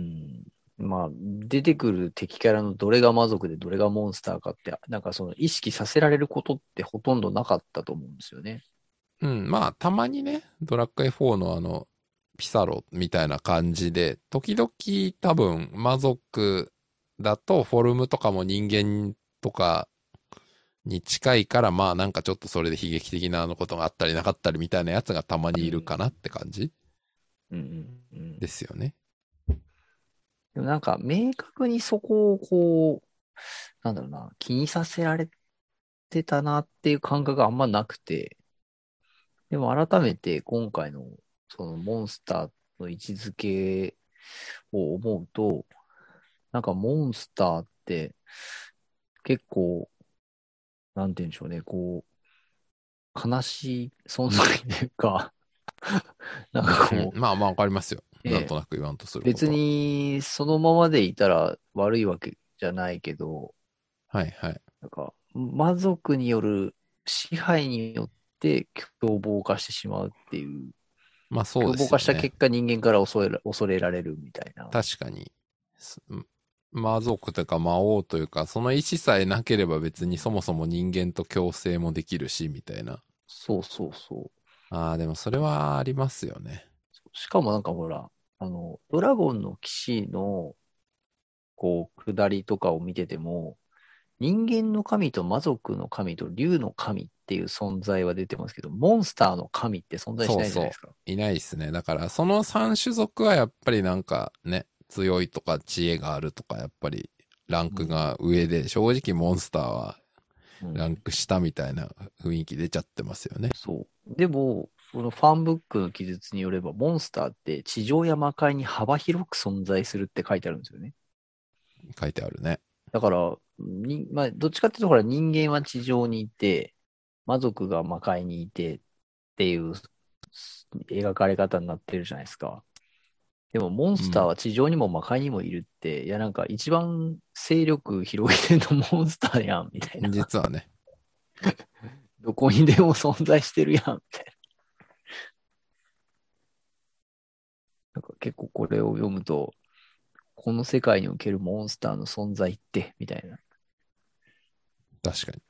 まあ、出てくる敵キャラのどれが魔族でどれがモンスターかって、なんかその意識させられることってほとんどなかったと思うんですよね。 うん、まあ、たまにね、ドラクエフォーのあの、ピサロみたいな感じで、時々多分魔族だとフォルムとかも人間とかに近いから、まあなんかちょっとそれで悲劇的なことがあったりなかったりみたいなやつがたまにいるかなって感じうんうんうん。 ですよね。 でもなんか明確にそこをこう、なんだろうな、気にさせられてたなっていう感覚があんまなくて、でも改めて今回のそのモンスターの位置づけを思うと、なんかモンスターって結構、なんて言うんでしょうね、こう、悲しい存在というか、なんかうん。 こまあまあわかりますよ。 う、ね、 なんとなく言わんとするこ別とは。 にそのままでいたら悪いわけじゃないけど、 はいはい。 なんか魔族による支配によって凶暴化してしまうっていう、 まあそうで凶暴化したすよね。 結果人間から恐れら、恐れられるみたいな。 確かに。す魔族というか魔王というか、その意志さえなければ別にそもそも人間と共生もできるし、みたいな。 そうそうそう。 ああ、でもそれはありますよね。 しかもなんかほら、あの、ドラゴンの騎士の、こう、下りとかを見てても、人間の神と魔族の神と竜の神っていう存在は出てますけど、モンスターの神って存在しそうそないじゃないですか。 う。いないですね。だからその三種族はやっぱりなんかね、強いとか知恵があるとか、やっぱりランクうん。 が上で、正直モンスターはうん。 ランク下みたいな雰囲気出ちゃってますよね。 そう。でも、このファンブックの記述によれば、モンスターって地上や魔界に幅広く存在するって書いてあるんですよね。 書いてあるね。 だから、に、まあ、どっちかっていうと、ほら、人間は地上にいて、魔族が魔界にいてっていう描かれ方になってるじゃないですか。でも、モンスターうん。 は地上にも魔界にもいるって、いや、なんか一番勢力広げてるのモンスターやん、みたいな。 実はね。 どこにでも存在してるやん、みたいな。なんか結構これを読むと、この世界におけるモンスターの存在って、みたいな。 確かに。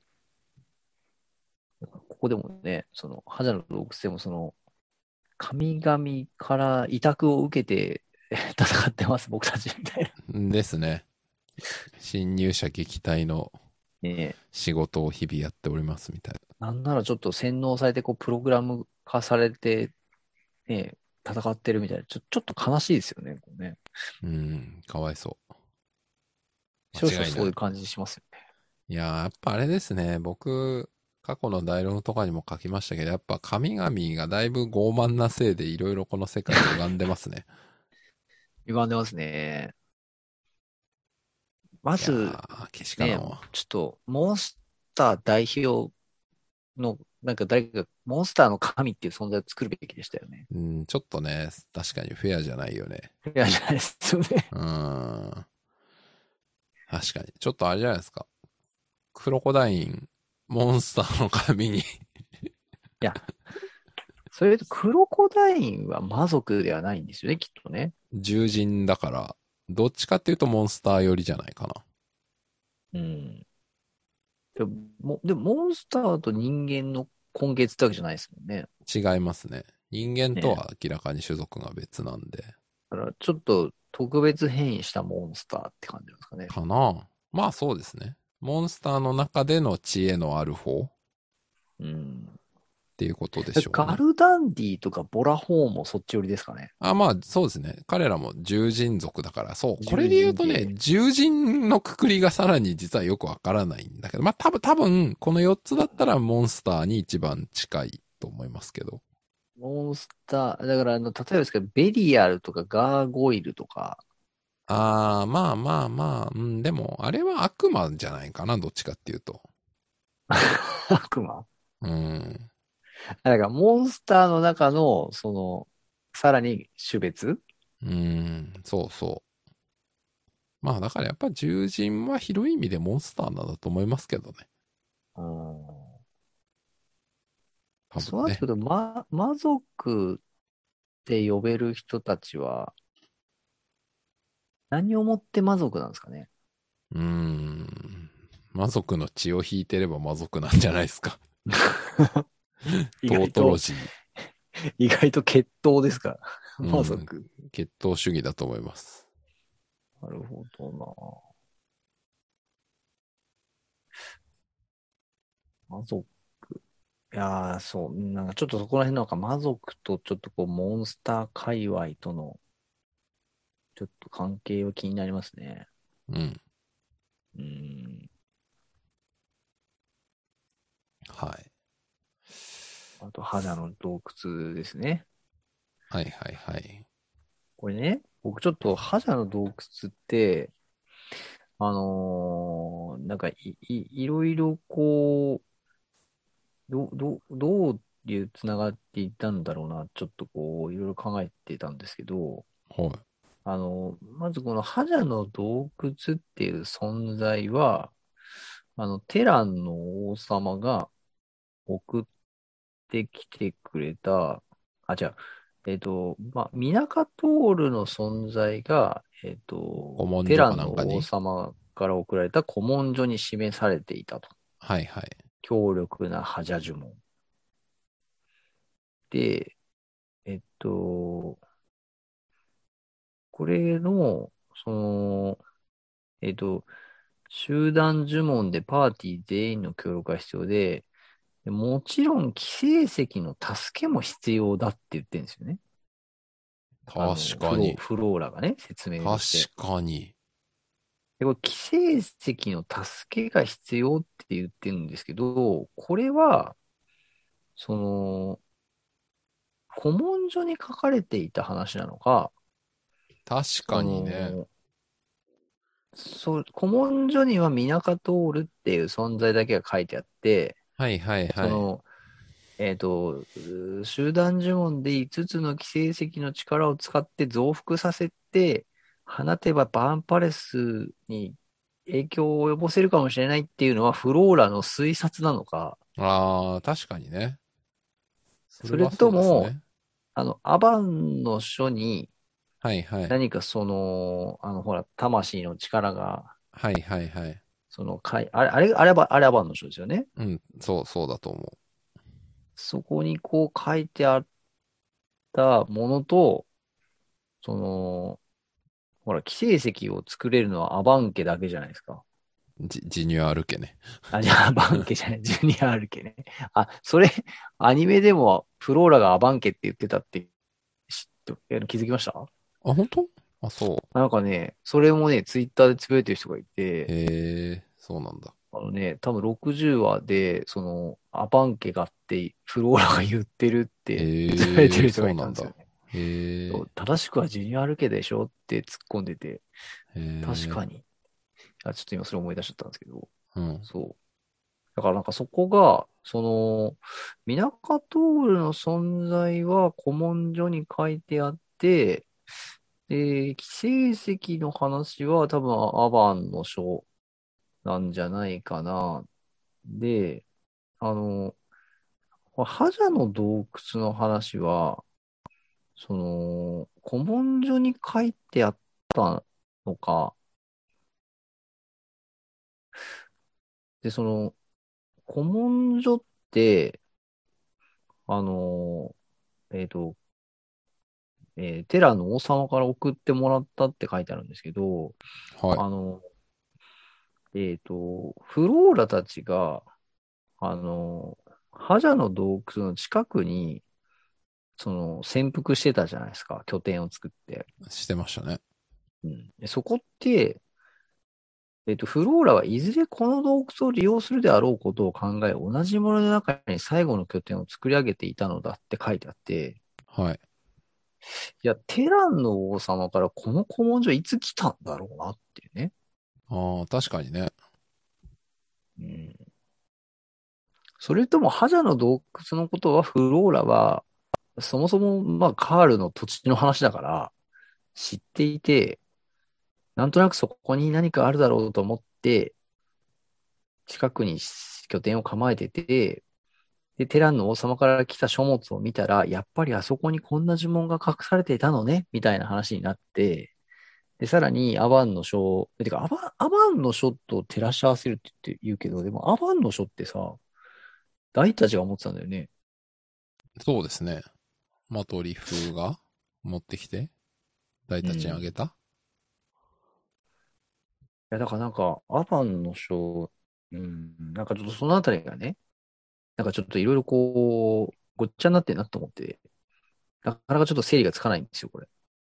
ここでもね、その、覇者の洞窟でもその、神々から委託を受けて戦ってます、僕たち、みたいですね。侵入者撃退のな。ね仕事を日々やっておりますみたいなんならちょっと洗脳されて、こう、プログラム化されて、ね、戦ってるみたいな、ちょ、ちょっと悲しいですよね、こうね。 な。うん、かわいそう。 少々 間違いない。 そういう感じしますよね。 いやー、やっぱあれですね。僕、過去のダイログとかにも書きましたけど、やっぱ神々がだいぶ傲慢なせいでいろいろこの世界歪んでますね。 歪んでますね。まいやず、 ー、けしからね、 んわ。 ちょっと、モンスター代表の、なんか誰かが、モンスターの神っていう存在を作るべきでしたよね。 うん、ちょっとね、確かにフェアじゃないよね。 いや、じゃないですよね。 うーん、確かに。ちょっとあれじゃないですか。クロコダイン、モンスターの神にいや、それと、クロコダインは魔族ではないんですよね、きっとね。 獣人だから、どっちかっていうとモンスター寄りじゃないかな。 うん。でも、でもモンスターと人間の根血ってわけじゃないですもんね。 違いますね。人間とね。 は明らかに種族が別なんで。 だから、ちょっと特別変異したモンスターって感じなんですかね。 かな。まあそうですね。モンスターの中での知恵のある方っうん。 ていうことでしょうね。 ガルダンディとかボラホーンもそっち寄りですかね。 あ、まあそうですね。彼らも獣人族だから、そう。これ獣で言うとね、 人系。 獣人のくくりがさらに実はよくわからないんだけど、まあ多分、多分、このよっつだったらモンスターに一番近いと思いますけど。 モンスター、だからあの、例えばですけど、ベリアルとかガーゴイルとか、 ああ、まあまあまあ、うん、でも、あれは悪魔じゃないかな、どっちかっていうと。 悪魔うん。 だからモンスターの中の、その、さらに種別うん、そうそう。まあだからやっぱ獣人は広い意味でモンスターなんだと思いますけどね。 うん。 多分ね。 そうなってくると、ま、魔族って呼べる人たちは、何をもって魔族なんですかね。 うーん。魔族の血を引いてれば魔族なんじゃないですか。 意トー外と、 トロジー。 意外と血統ですか。 うん。 魔族。 血統主義だと思います。 なるほどな。魔族。いやー、そう。なんかちょっとそこら辺なんか魔族とちょっとこう、モンスター界隈との、ちょっと関係は気になりますね。 うん。 うん。 はい。 あと、肌の洞窟ですね。 はいはいはい。 これね、僕ちょっと肌の洞窟って、あのーなんかい、い、いろいろこう、ど、ど、どういうつながっていたんだろうな、ちょっとこう、いろいろ考えてたんですけど、 はい。 あの、まずこの覇の洞窟っていう存在は、あの、テランの王様が送ってきてくれた、あ、違う、えっと、まあ、ミナカトールの存在が、えっと、 古文書かテランの王なんかに。 様から送られた古文書に示されていたと。 はいはい。 強力な覇者呪文。で、えっと、これの、その、えっと、集団呪文でパーティー全員の協力が必要で、でもちろん、奇聖石の助けも必要だって言ってるんですよね。あの、フロ、 確かに。 フローラがね、説明と確して。 かに。 で、これ、奇聖石の助けが必要って言ってるんですけど、これは、その、古文書に書かれていた話なのか、 確かそにね。 の、そう、古文書にはミナカトールっていう存在だけが書いてあって、 はいはいはい。 その、えっと、集団呪文でいつつの寄生石の力を使って増幅させて、放てばバーンパレスに影響を及ぼせるかもしれないっていうのはフローラの推察なのか、 ああ、確かにね。それそれはそうですとも、 ね。 あの、アバンの書にはいはい。 何かその、あの、ほら、魂の力が、 はいはいはい。 その、かい、あれ、あれ、あれは、あれアバンの書ですよね。 うん、そうそうだと思そこにこう書いてあったものと、その、ほら、寄生石を作れるのはアバン家だけじゃないですか。 う。ジ、ジニュアル家ね。 あ、じゃあ、アバン家じゃない、ジュニアール家ね。あ、それ、アニメでもフローラがアバン家って言ってたって知って、あの気づきました？ あ、本当？あ、そなんかね、それもね、ツイッターでつぶやいてる人がいう。 て、 へえ、そうなんだ。 あのね、多分ろくじゅうわで、その、アバン家がってフローラが言ってるってつぶやいてへえ、 る人がそうなんだ。 いたんですよね。 へえ、 そう正しくはジュニアール家でしょって突っ込んでて、 へえ、 確かに。あ、ちょっと今それ思い出しちゃったんですけど、 うん。 そう。だからなんかそこが、その、ミナカトールの存在は古文書に書いてあって、で、寄生石の話は多分アバンの書なんじゃないかな。で、あの、覇者の洞窟の話は、その、古文書に書いてあったのか、で、その、古文書って、あの、えっと、えーテラの王様から送ってもらったって書いてあるんですけど、 はい。 あの、えっと、フローラたちが、あの、覇者の洞窟の近くに、その、潜伏してたじゃないですか、拠点を作って。 してましたね。 うん、でそこって、えっと、フローラはいずれこの洞窟を利用するであろうことを考え、同じものの中に最後の拠点を作り上げていたのだって書いてあって、 はい。 いや、テランの王様からこの古文書いつ来たんだろうなっていうね。 ああ、確かにね。 うん、それとも、覇者の洞窟のことは、フローラは、そもそも、まあ、カールの土地の話だから、知っていて、なんとなくそこに何かあるだろうと思って、近くに拠点を構えてて、で、テランの王様から来た書物を見たら、やっぱりあそこにこんな呪文が隠されていたのね、みたいな話になって、で、さらにアバンの書、てか、アバン、アバンの書と照らし合わせるって言って言うけど、でもアバンの書ってさ、大たちが思ってたんだよね。 そうですね。マトリフが持ってきて、大たちにあうん。 げた。 や、だからなんか、アバンの章、うん、なんかちょっとそのあたりがね、なんかちょっといろいろこう、ごっちゃになってんなと思って、なかなかちょっと整理がつかないんですよ、これ。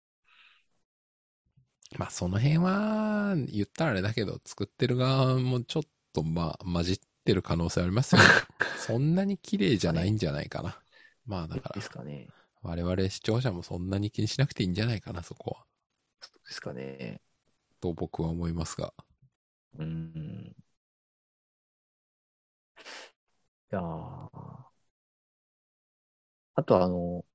まあ、その辺は、言ったらあれだけど、作ってる側もちょっと、まあ、混じってる可能性ありますよ。そんなに綺麗じゃないんかね。 じゃないかな。まあ、だかですら、 かね。 我々視聴者もそんなに気にしなくていいんじゃないかな、そこは。 ですかね。 と僕は思いますが。 うん。いやーあとあの、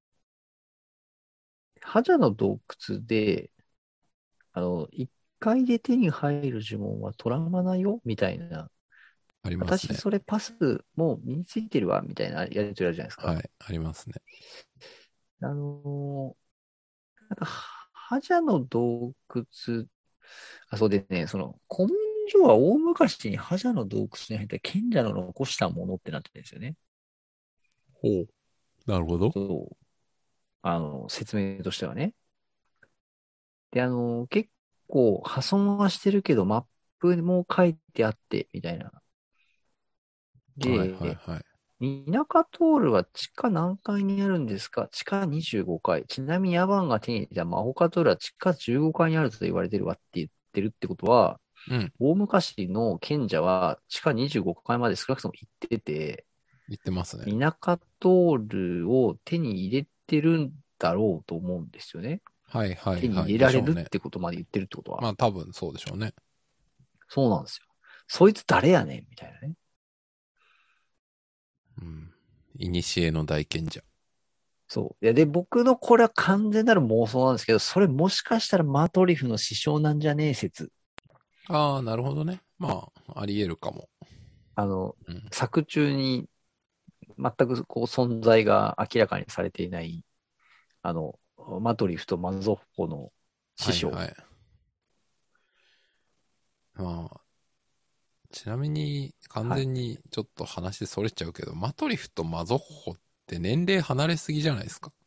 覇者の洞窟で、あの、一回で手に入る呪文はトラウマないよ、みたいな。 ありますね。 私それパスもう身についてるわ、みたいなやりとりあるじゃないですか。 はい、ありますね。 あのなんか、覇者の洞窟、あ、そうでね、その、古文書は大昔に覇者の洞窟に入った賢者の残したものってなってるんですよね。 ほう。なるほど。 そう。あの、説明としてはね。で、あの、結構破損はしてるけど、マップも書いてあって、みたいな。 はいはいで、 はい。 ミナカトールは地下何階にあるんですか？地下にじゅうごかい。ちなみにアバンが手に入れたマホカトールは地下じゅうごかいにあると言われてるわって言ってるってことは、 うん。 大昔の賢者は地下にじゅうごかいまで少なくとも行ってて、 言ってますね。 ミナカトールを手に入れてるんだろうと思うんですよね。 はいはいはい。 手に入れられでしょうね。 るってことまで言ってるってことは。 まあ多分そうでしょうね。 そうなんですよ。そいつ誰やねんみたいなね。 うん。いにしえの大賢者。 そう。いや、で、僕のこれは完全なる妄想なんですけど、それもしかしたらマトリフの師匠なんじゃねえ説。 ああ、なるほどね。まあ、あり得るかも。 あの、 うん。 作中に全くこう存在が明らかにされていない、あの、マトリフとマゾッホの師匠。 はいはい。まあ、ちなみに完はい。 全にちょっと話それちゃうけど、マトリフとマゾッホって年齢離れすぎじゃないですか。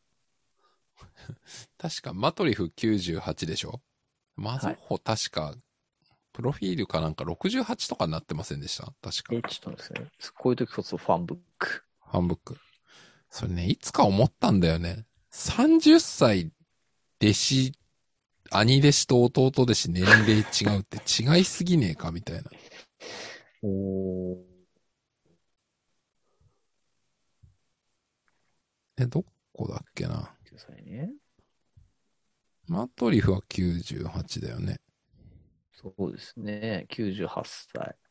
確かマトリフきゅうじゅうはちでしょ？マはい。 ゾッホ確か、プロフィールかなんかろくじゅうはちとかになってませんでした確か。 え、ちょっと待ってくださいね。こういう時こそファンブック。 ファンブック。それね、いつか思ったんだよね。さんじゅっさい弟子、兄弟子と弟弟子年齢違うって違いすぎねえかみたいな。 おー。 え、どこだっけな。 待ってくださいね。 マトリフはきゅうじゅうはちだよね。 そうですね。きゅうじゅうはっさい。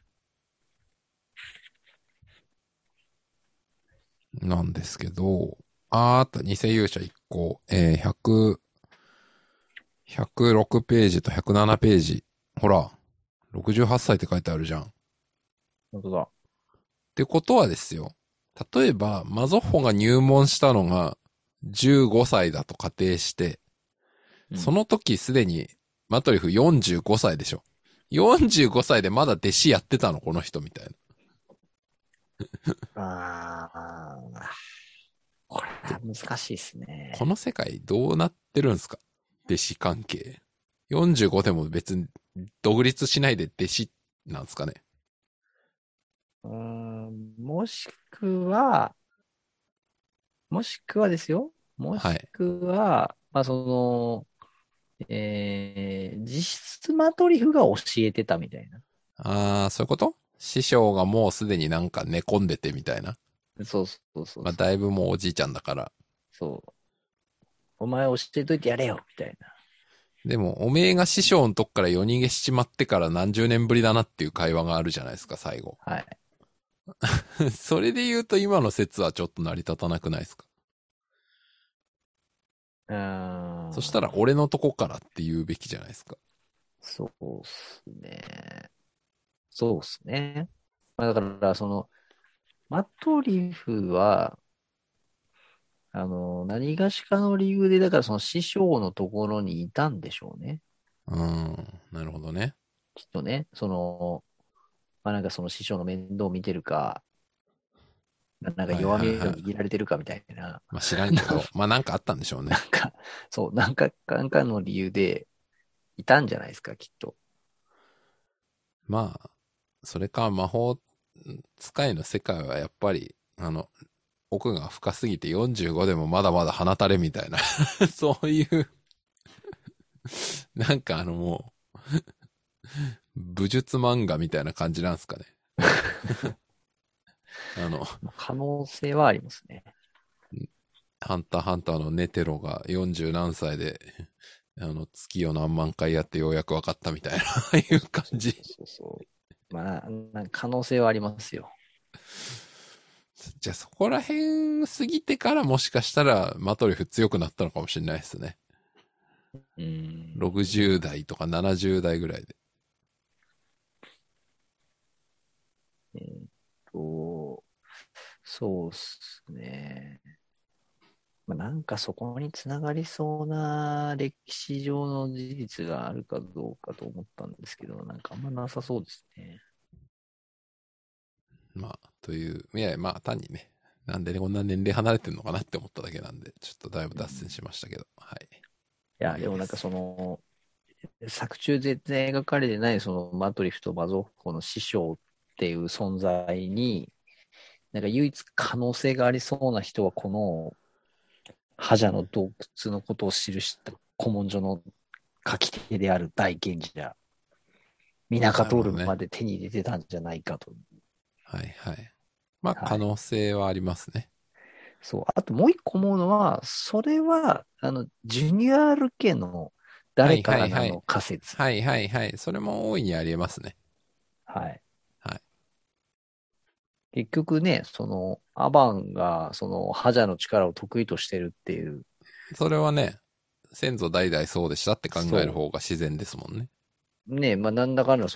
なんですけど、あーあった、偽勇者いっこ、えー、ひゃく、ひゃくろくページとひゃくななページ。ほら、ろくじゅうはっさいって書いてあるじゃん。っ本当だ。 てことはですよ。例えば、マゾッホが入門したのがじゅうごさいだと仮定して、 うん。 その時すでにマトリフよんじゅうごさいでしょ。よんじゅうごさいでまだ弟子やってたの、この人みたいな。 ああ、これは難しいですね。 この世界どうなってるんすか？弟子関係。よんじゅうごでも別に独立しないで弟子なんすかね。 うーん、もしくは、もしくはですよ。もしはい。 くは、まあ、その、えー、実質マトリフが教えてたみたいな。 あー、そういうこと？師匠がもうすでになんか寝込んでてみたいな。 そうそうそうまあ、 そう。 だいぶもうおじいちゃんだから。 そう。お前教えといてやれよみたいな。 でも、おめえが師匠のとこから夜逃げしちまってから何十年ぶりだなっていう会話があるじゃないですか、最後。 はい。 それで言うと今の説はちょっと成り立たなくないですか？ うーそしたらん。 俺のとこからって言うべきじゃないですか。 そうっすね。そうっすね。まあ、だから、その、マトリフは、あの、何がしかの理由で、だからその師匠のところにいたんでしょうね。 うーん、なるほどね。 きっとね。その、まあなんかその師匠の面倒を見てるか、ななんかはい弱みをはいはい。 握られてるかみたいな、 まあ知らんけど、まあなんかあったんでしょうね。 なんか、そう、なんか、なんかの理由でいたんじゃないですか、きっと。 まあ、それか魔法使いの世界はやっぱり、あの、奥が深すぎてよんじゅうごでもまだまだ放たれみたいなそういうなんかあのもう、武術漫画みたいな感じなんですかね。あの、 可能性はありますね。 ハンターハンターのネテロがよんじゅう何歳で、あの、月を何万回やってようやく分かったみたいな、ああいう感じ。 そうそうそうそう。まあ、なんか可能性はありますよ。 じゃあそこら辺過ぎてからもしかしたらマトリフ強くなったのかもしれないですね。 うーん。 ろくじゅう代とかななじゅう代ぐらいで。 えーっと、そうっすね。まあ、なんかそこにつながりそうな歴史上の事実があるかどうかと思ったんですけど、なんかあんまなさそうですね。 まあ、という、いや、まあ単にね、なんでこんな年齢離れてんのかなって思っただけなんで、ちょっとだいぶうん、 脱線しましたけど、はい。 いや、 まあいでもなんかそいです。 の、作中全然描かれてないそのマトリフとマゾッホの師匠っていう存在に、なんか唯一可能性がありそうな人はこの覇者の洞窟のことを記した古文書の書き手である大賢者、ミナカトールまなるほどね。 で手に入れてたんじゃないかと。 はいはい。まあ可はい。 能性はありますね。 そう。あともう一個思うのは、それは、あの、ジュニアール家の誰はいはいはい。 かなの仮説。 はいはいはい。それも大いにありえますね。 はい。 はい。 結局ね、その、アバンが、その、覇者の力を得意としてるっていう、 それはね、先祖代々そうでしたって考えるそ方が自然ですもんね。 う。ね、まあ、なんだかんだその、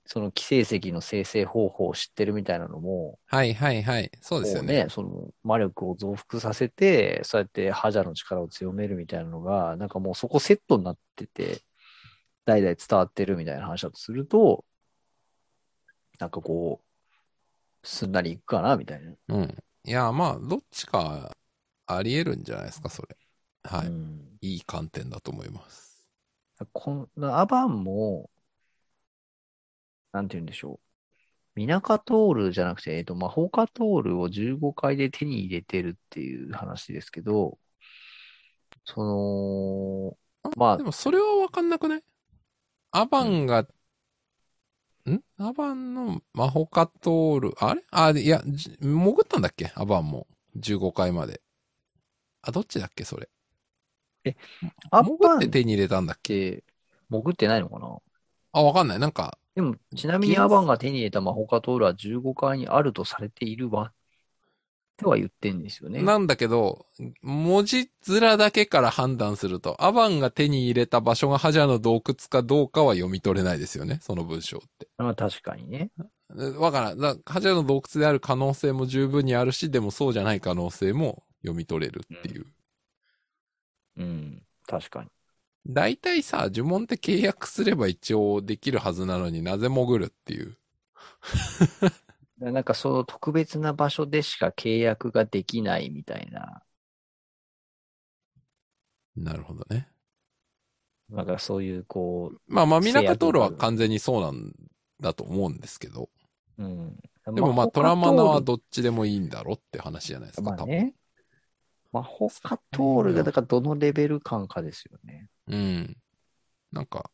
その輝成石の生成方法を知ってるみたいなのも、 はいはいはい。そうですよね。 こうね、その魔力を増幅させて、そうやって覇者の力を強めるみたいなのが、なんかもうそこセットになってて、代々伝わってるみたいな話だとすると、なんかこう、すんなりいくかな、みたいな。 うん。いや、まあ、どっちかあり得るんじゃないですか、それ。はうい。 ん。 いい観点だと思います。 このアバンも、なんて言うんでしょう。ミナカトールじゃなくて、えっと、魔法カトールをじゅうごかいで手に入れてるっていう話ですけど、その、 あ、 まあ、 でもそれはわかんなくない？アバうん。 ンが、んアバンのマホカトール、あれあ、いや、じ潜ったんだっけアバンも。じゅうごかいまで。あ、どっちだっけそれ。 え、ア潜っバンって手に入れたんだっけ？ て潜ってないのかな？ あ、わかんない。なんか、 でも、ちなみに原アバンが手に入れた魔法カトールはじゅうごかいにあるとされているわっては言ってんですよね。 なんだけど、文字面だけから判断すると、アバンが手に入れた場所がハジャの洞窟かどうかは読み取れないですよね、その文章って。 まあ確かにね。 わからん。だハジャの洞窟である可能性も十分にあるし、でもそうじゃない可能性も読み取れるっていう。 うん。うん。確かに。 大体さ、呪文って契約すれば一応できるはずなのになぜ潜るっていう。 でなんかその特別な場所でしか契約ができないみたいな、 なるほどね。 なんかそういうこまあまあ、 う、制ミナカトール約がある。 は完全にそうなんだと思うんですけど。 うん。 でもまあ、 魔法カトラマナトール、 はどっちでもいいんだろって話じゃないですか、多分。 まあね、魔法そカのトールが辺は。 だからどのレベル感かですよね。 うん。なんか、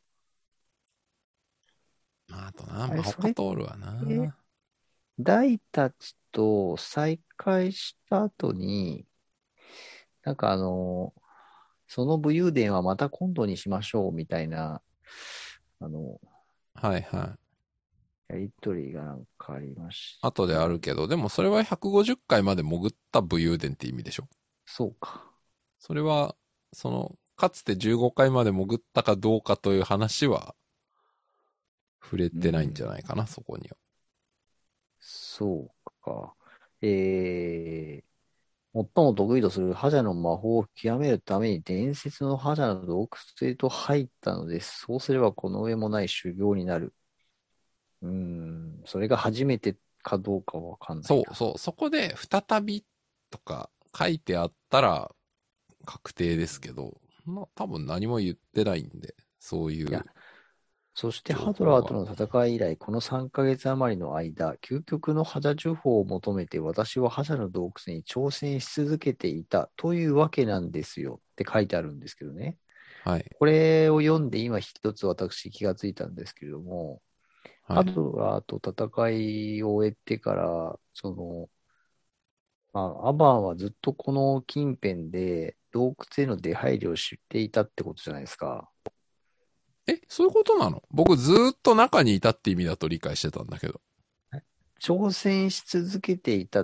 まあ、あとな、 あれ、 マホそれっカトールはて、 な。 ダイたちと再会した後に、なんかあの、その武勇伝はまた今度にしましょうみたいな、あの、 はいはい。 やりとりがなんかありました後であるよね。 けど、でもそれはひゃくごじゅっかいまで潜った武勇伝って意味でしょ？ そうか。 それは、その、かつてじゅうごかいまで潜ったかどうかという話は触れうてないんじゃん。 ないかな、そこには。 そうか。えー、最も得意とする覇者の魔法を極めるために伝説の覇者の洞窟へと入ったのです。そうすればこの上もない修行になる。うーん、それが初めてかどうかはわかんないな。 そうそう、そこで再びとか書いてあったら確定ですけど、まあ多分何も言ってないんで、そういいや、 うそして情ハドラーと報は。 の戦い以来、このさんかげつ余りの間、究極の覇者呪法を求めて私は覇者の洞窟に挑戦し続けていたというわけなんですよって書いてあるんですけどね。 はい、 これを読んで今一つ私気がついたんですけれども、ハはい。 ドラーと戦いを終えてから、その、まあ、アバンはずっとこの近辺で洞窟への出入りを知っていたってことじゃないですか。 え、そういうことなの？僕ずーっと中にいたって意味だと理解してたんだけど。 挑戦し続けていたって、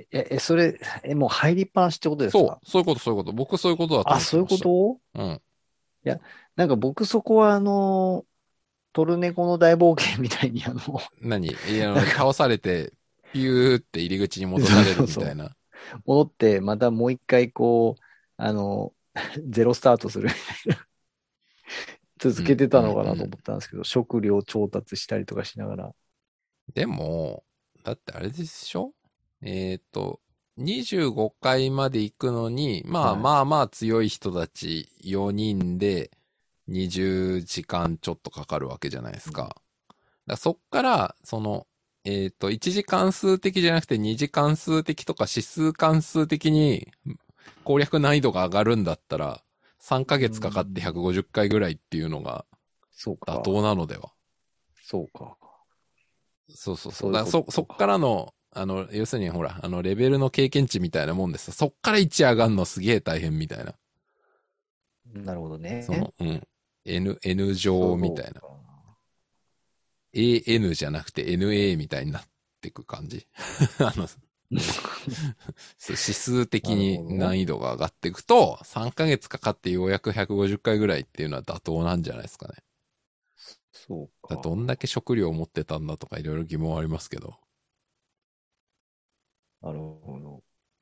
え、え、それ、え、もう入りっぱなしってことですか？ そう、そういうこと、そういうこと。僕そういうことだとあ、そういう思ってました。 ことうん。 いや、なんか僕そこはあの、トルネコの大冒険みたいにあの、 何いや、 なんか、 倒されて、ピューって入り口にそう戻されるそうそみたいな。 う、戻ってまたもう一回こう、あの、ゼロスタートする続うん、 けてうん、 たのかなとうん。 思ったんですけど、食料調達したりとかしながら。 でも、だってあれでしょ？えっと、にじゅうごかいまで行くのに、まあはい。 まあまあ強い人たちよにんでにじゅうじかんちょっとかかるわけじゃないですか。 うん、 だからそっから、その、えっと、いちじかん数的じゃなくてにじかん数的とか指数関数的に攻略難易度が上がるんだったら、3 うヶ月かかってん、 ひゃくごじゅっかいぐらいっていうのがそう妥当か。 なのでは？ そうか。 そうそうそう。 そういうこだからそ、そっかとか。 らの、あの、要するにほら、あの、レベルの経験値みたいなもんでさ、そっからいち上がんのすげえ大変みたいな。 なるほどね。 その、うん。N、N 乗みたいな。 そうか。 エーエヌ じゃなくて エヌエー みたいになってく感じ。あの、そう指数的なるにほど。 難易度が上がっていくと、さんかげつかかってようやくひゃくごじゅっかいぐらいっていうのは妥当なんじゃないですかね。 そうだどか。 んだけ食料を持ってたんだとかいろいろ疑問はありますけど。 なるほど。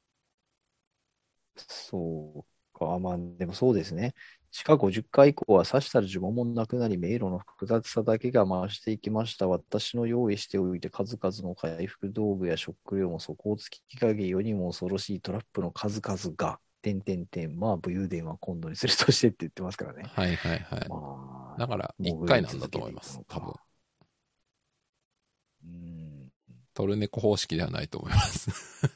そうか。まあ、でもそうですね。地下ごじゅっかい以降は刺したら呪文もなくなり、迷路の複雑さだけが増していきました。私の用意しておいて数々の回復道具や食料も底をつきかけ、世にも恐ろしいトラップの数々が、てんてんてん、まあ武勇伝は今度にするとしてって言ってますからね。 はいはいはい。 まあ、 だから1 潜り回なんだ続けていくと思います。多分。 のか。うん、 トルネコ方式ではないと思います。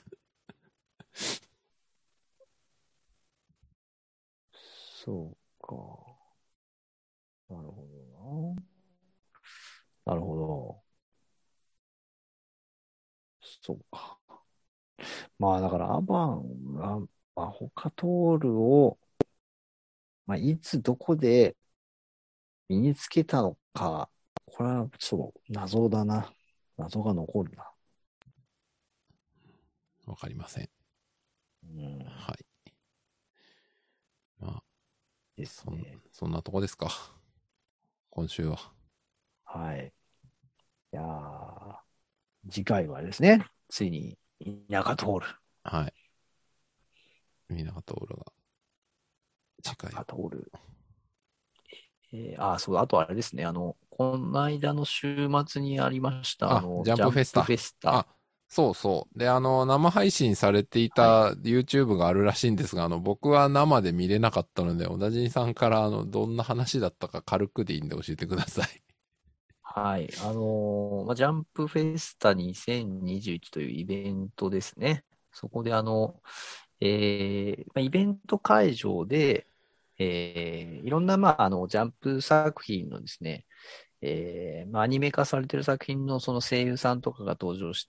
そうか。なるほどな。なるほど。そうか。まあだからアバンがマホカトールを、まあ、いつどこで身につけたのか、これはちょっと謎だな。謎が残るな。 わかりません。 うん、 はい。まあ、 ですそん、 ね。 そんなとこですか。今週は。 はい。いやー、次回はですね、ついに田舎通る。 はい。ミナカトールが次回を。 田舎通る。えー、あー、そうだ、あとあれですね、あの、この間の週末にありました、ああ、 の、 ジャンジャンププフェスタ。 フェスタ。 あ、そうそう。で、あの、生配信されていはい。 た YouTube があるらしいんですが、あの、僕は生で見れなかったので、小田人さんから、あの、どんな話だったか軽くでいいんで教えてください。 はい。あのーまあ、ジャンプフェスタにせんにじゅういちというイベントですね。そこであの、えーまあ、イベント会場で、えーいろんな、まあ、あの、ジャンプ作品のですね、えーまあ、アニメ化されている作品のその声優さんとかが登場して、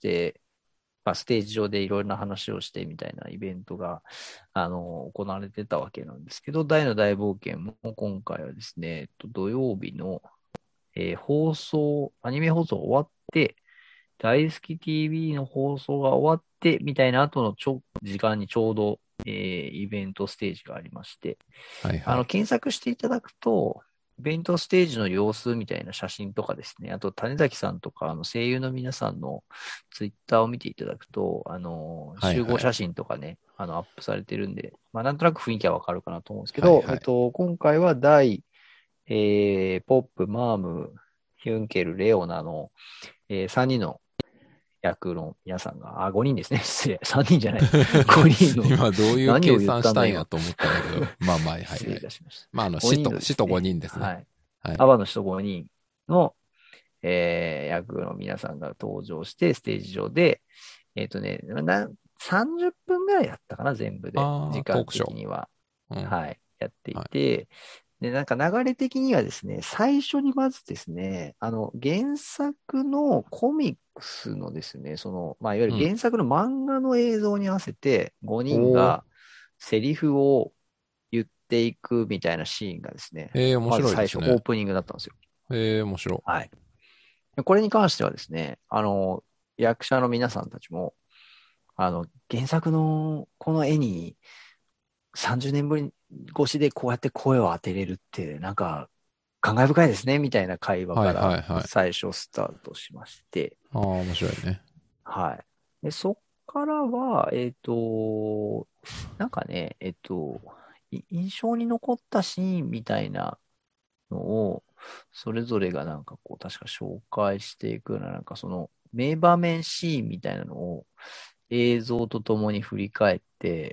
まあ、ステージ上でいろいろな話をしてみたいなイベントが、あの、行われてたわけなんですけど、大の大冒険も今回はですね、えっと土曜日のえー放送、アニメ放送終わって、大好き ティーブイ の放送が終わって、みたいな後のちょ、時間にちょうど、えーイベントステージがありまして、あの、 はいはい。 検索していただくと、イベントステージの様子みたいな写真とかですね、あと種崎さんとか、あの声優の皆さんのツイッターを見ていただくと、あの、 はいはい。 集合写真とかね、あの、アップされてるんで、まあ、なんとなく雰囲気はわかるかなと思うんですけど、 はいはい。 えっと、今回は第えー、ポップ、マーム、ヒュンケル、レオナの、えー、さんにんの役の皆さんが、あ、ごにんですね。失礼。さんにんじゃない。ごにんの、 今どういう何を計言ったんだ、 算したんや今。 と思ったんだけど、まあまあ、はい失礼いはい。 たしました。 まあ、あの、死 5人と、死とのですね、 ごにんですね。 はい。 はい。 アバの人ごにんの、えー、役の皆さんが登場して、ステージ上で、えっとね、なさんじゅっぷんぐらいだったかな、全部で。 あー、トー時間クショー。 的には。 うん。 はい。やっていはい。 て、で、なんか流れ的にはですね、最初にまずですね、あの、原作のコミックスのですね、その、まあ、いわゆうん。 る原作の漫画の映像に合わせて、ごにんおー。 がセリフを言っていくみたいなシーンがですね、 えー、面まず最初白いですね。 オープニングだったんですよ。 えー、面白はい。でこれに関してはですね、あの、役者の皆さんたちも、あの、原作のこの絵にさんじゅうねんぶり越しでこうやって声を当てれるって、なんか、感慨深いですね、みたいな会話はいからはいはい。 最初スタートしまして、 ああ、面白いね。 はい。で、そっからは、えっと、なんかね、えっと、い印象に残ったシーンみたいなのを、それぞれがなんかこう、確か紹介していくような、なんかその、名場面シーンみたいなのを映像とともに振り返って、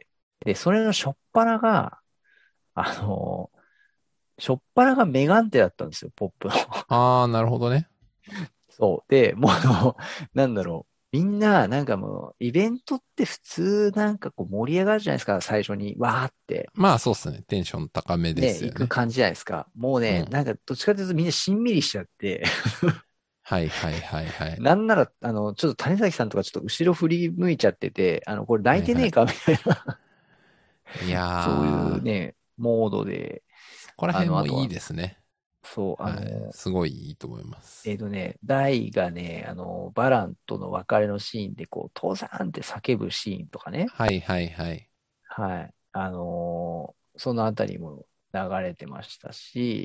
で、それの初っ端が、あの、初っ端がメガンテだったんですよ、ポップの。 ああ、なるほどね。 そう。で、もうあの、なんだろう。みんな、なんかもう、イベントって普通、なんかこう盛り上がるじゃないですか、最初に。わーって、 まあそうっすね。テンション高めでね、 すよね。 行く感じじゃないですか。もうね、 うん。 なんかどっちかというとみんなしんみりしちゃって、 はいはいはいはい。 なんなら、あの、ちょっと谷崎さんとかちょっと後ろ振り向いちゃってて、あの、これ泣はいはい。 いてねえかみたいな、 いやそういうー、 ね、モードで、 そこらあの、あ辺もいいとは、 ですね。 そう、あはい。 の、 すごいいいと思います。 えっとね、ダイがね、あの、バランとの別れのシーンで、こう、父さんって叫ぶシーンとかね。 はいはいはい。 はい。あのーそのあたりも流れてましたし、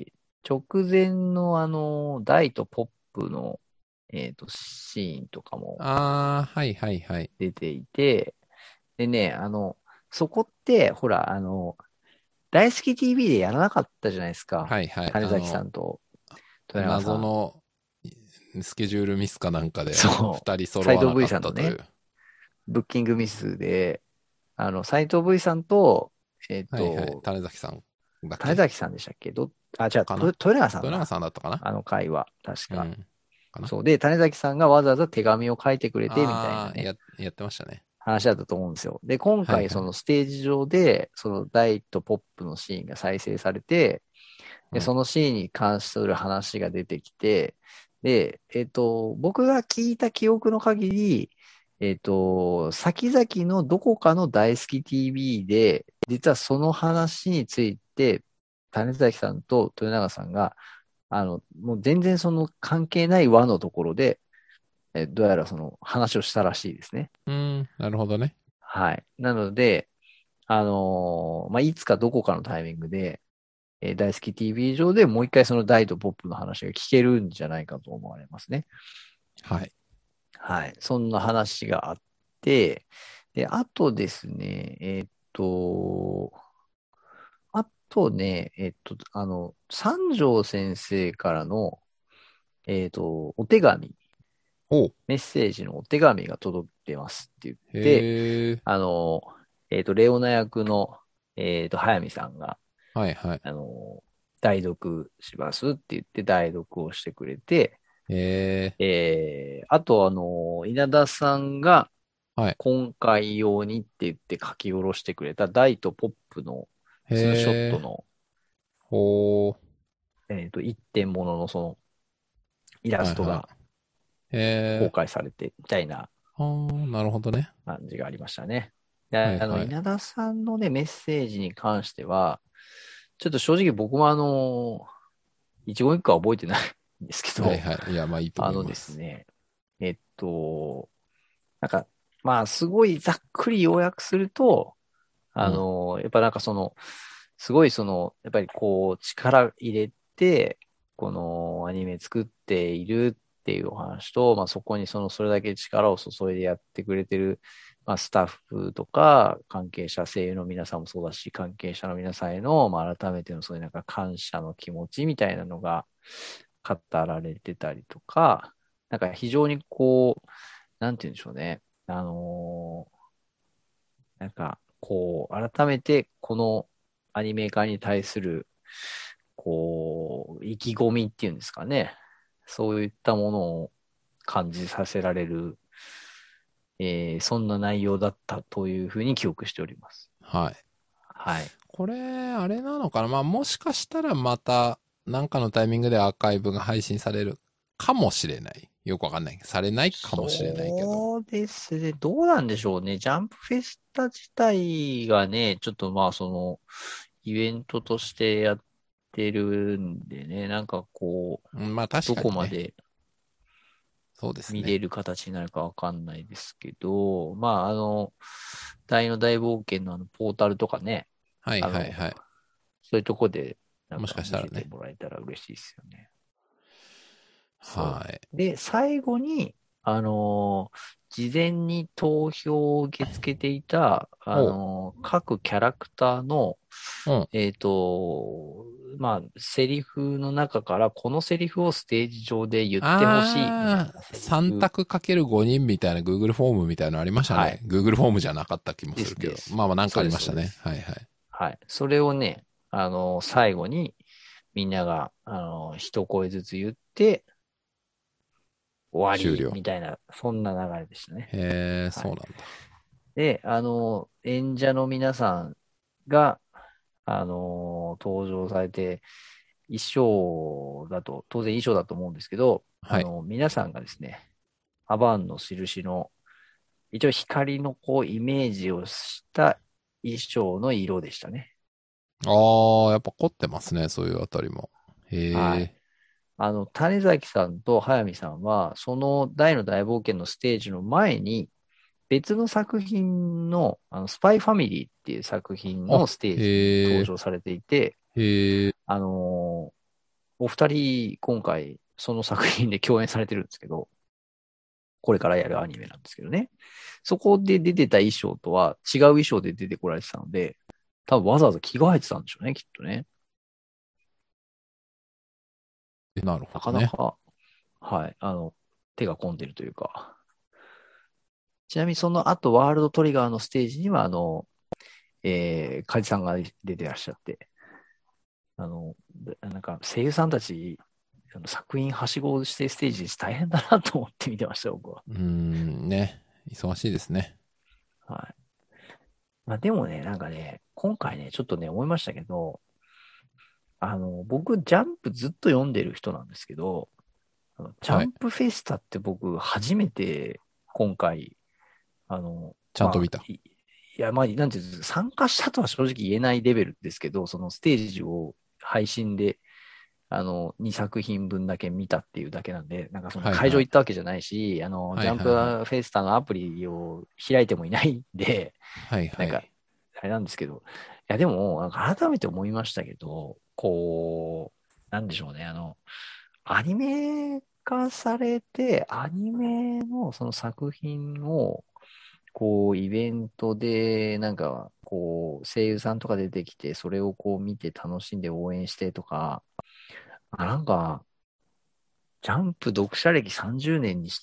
直前のあの、大とポップの、えっと、シーンとかもあー、はいはいはい。 出ていて、でね、あの、そこって、ほら、あの、大好き ティーブイ でやらなかったじゃないですか。 はいはい。 種崎さあの、 んと豊永さん。 謎のスケジュールミスかなんかでそう。 二人揃斎藤わなか V っさんのね、 たという。 ブッキングミスで、あの、斎藤 V さんと、えっはいはい。 と、 種崎さんだっけ種崎さんでしたっけど、あ、じゃあ、とかな豊永さん豊永だ。 さんだったかなあの会話、確か。 うん。かなそう。で、種崎さんがわざわざ手紙を書いてくれて、みたいなあー、 ね、 や、やってましたね。 話だったと思うんですよ。で、今回、 はいはい。 そのステージ上で、その大とポップのシーンが再生されて、で、 うん。 そのシーンに関する話が出てきて、で、えっと、僕が聞いた記憶の限り、えっと、先々のどこかの大好き ティーブイ で、実はその話について、種崎さんと豊永さんが、あの、もう全然その関係ない輪のところで、えどうやらその話をしたらしいですね。 うーん、なるほどね。 はい。なので、あのーまあ、いつかどこかのタイミングで、えー大好き ティーブイ 上でもう一回その大とポップの話が聞けるんじゃないかと思われますね。 はい。 はい。そんな話があって、で、あとですね、えーっと、あとね、えーっと、あの、三条先生からの、えーっと、お手紙、 おう。 メッセージのお手紙が届いてますって言って、 へー。 あの、えーっと、レオナ役の、えーっと、早見さんが、 はいはい。 あの、代読しますって言って代読をしてくれて、 へえー、あとあの、稲田さんがー。はい。 今回用にって言って書き下ろしてくれた大とポップのツーショッへー。 トの、 ほー。 えっと、一点もののそのイラはいはい。 ストが公へー。 開されてみたいなあー、なるほどね。 感じがありましたね。で、あの、 はいはい。 稲田さんのね、メッセージに関しては、ちょっと正直僕もあの、一言一句は覚えてないんですけど、 はいはい。いや、まあいいとあので思います。 すね、えっと、なんか、まあ、すごいざっくり要約すると、あうん。 の、やっぱなんかその、すごいその、やっぱりこう、力入れて、このアニメ作っているっていうお話と、まあそこにその、それだけ力を注いでやってくれてる、まあスタッフとか、関係者、声優の皆さんもそうだし、関係者の皆さんへの、まあ改めてのそういうなんか感謝の気持ちみたいなのが語られてたりとか、なんか非常にこう、なんて言うんでしょうね。あのーなんか、こう、改めてこのアニメ化に対する、こう、意気込みっていうんですかね。そういったものを感じさせられる、えーそんな内容だったというふうに記憶しております。 はい。 はい。 これ、あれなのかなまあもしかしたらまた、なんかのタイミングでアーカイブが配信されるかもしれない。よくわかんない。されないかもしれないけど。 そうですね。どうなんでしょうね。ジャンプフェスタ自体がね、ちょっとまあその、イベントとしてやってるんでね、なんかこう、 うんまあ確どかにね。 こまでそうですね。 見れる形になるかわかんないですけど、まあ、あの、大の大冒険のあの、ポータルとかね、 はいあの、 はいはい。 そういうとこで、なんもしか見せてかしたらね。 もらえたら嬉しいですよね。そはい。 う。で、最後に、あのー事前に投票を受け付けていた、あおう。 のー各キャラクターの、 うん。 えっと、まあ、セリフの中から、このセリフをステージ上で言ってほしい、みたいあー、 なセリさんフ。 択かけるごにんみたいな Google フォームみたいなのありましたね。 はい。 Google フォームじゃなかった気もでするけど。 すです。 まあまあなんかそうです、 ありましたね。 そうです。 はいはい。 はい。それをね、あの、最後にみんなが、あの、一声ずつ言って終わり、 終了。 みたいな、そんな流れでしたね。 へえ、 はい。 そうなんだ。 で、あの、演者の皆さんが、あの、登場されて、衣装だと、当然衣装だと思うんですけど、あはい。 の、皆さんがですね、アバンの印の、一応光のこう、イメージをした衣装の色でしたね。 ああ、やっぱ凝ってますね、そういうあたりも。へはい。 え。 あの、種崎さんと早見さんは、その大の大冒険のステージの前に、別の作品の、あの、スパイファミリーっていう作品のあ、 ステージにへえ、 登場されていて、 へえ、 あのーお二人、今回、その作品で共演されてるんですけど、これからやるアニメなんですけどね。そこで出てた衣装とは違う衣装で出てこられてたので、多分わざわざ着替えてたんでしょうね、きっとね。 なるほなどね。 かなか、はい、あの、手が込んでるというか。ちなみにその後、ワールドトリガーのステージには、あの、えー、カジさんが出てらっしゃって、あの、なんか声優さんたち、あの作品はしごしてステージです大変だなと思って見てました、僕は。 うーん、ね。忙しいですね。 はい。まあでもね、なんかね、今回ね、ちょっとね、思いましたけど、あの、僕、ジャンプずっと読んでる人なんですけど、あのジャはい。 ンプフェスタって僕、初めて今回、あの、まあ、 ちゃんと見た。 い、いや、まあ、なんていうんですか、参加したとは正直言えないレベルですけど、そのステージを配信で、あの、にさく品分だけ見たっていうだけなんで、なんかその会場はいはい。 行ったわけじゃないし、あの、 はジャンプいはいはい。 フェスタのアプリを開いてもいないんで、 はいなんか、 はい。 あれなんですけど、いや、でも、なんか改めて思いましたけど、こう、なんでしょうね、あの、アニメ化されて、アニメのその作品を、こう、イベントで、なんか、こう、声優さんとか出てきて、それをこう見て楽しんで応援してとか、あなんか、ジャンプ読者歴さんじゅうねんにして、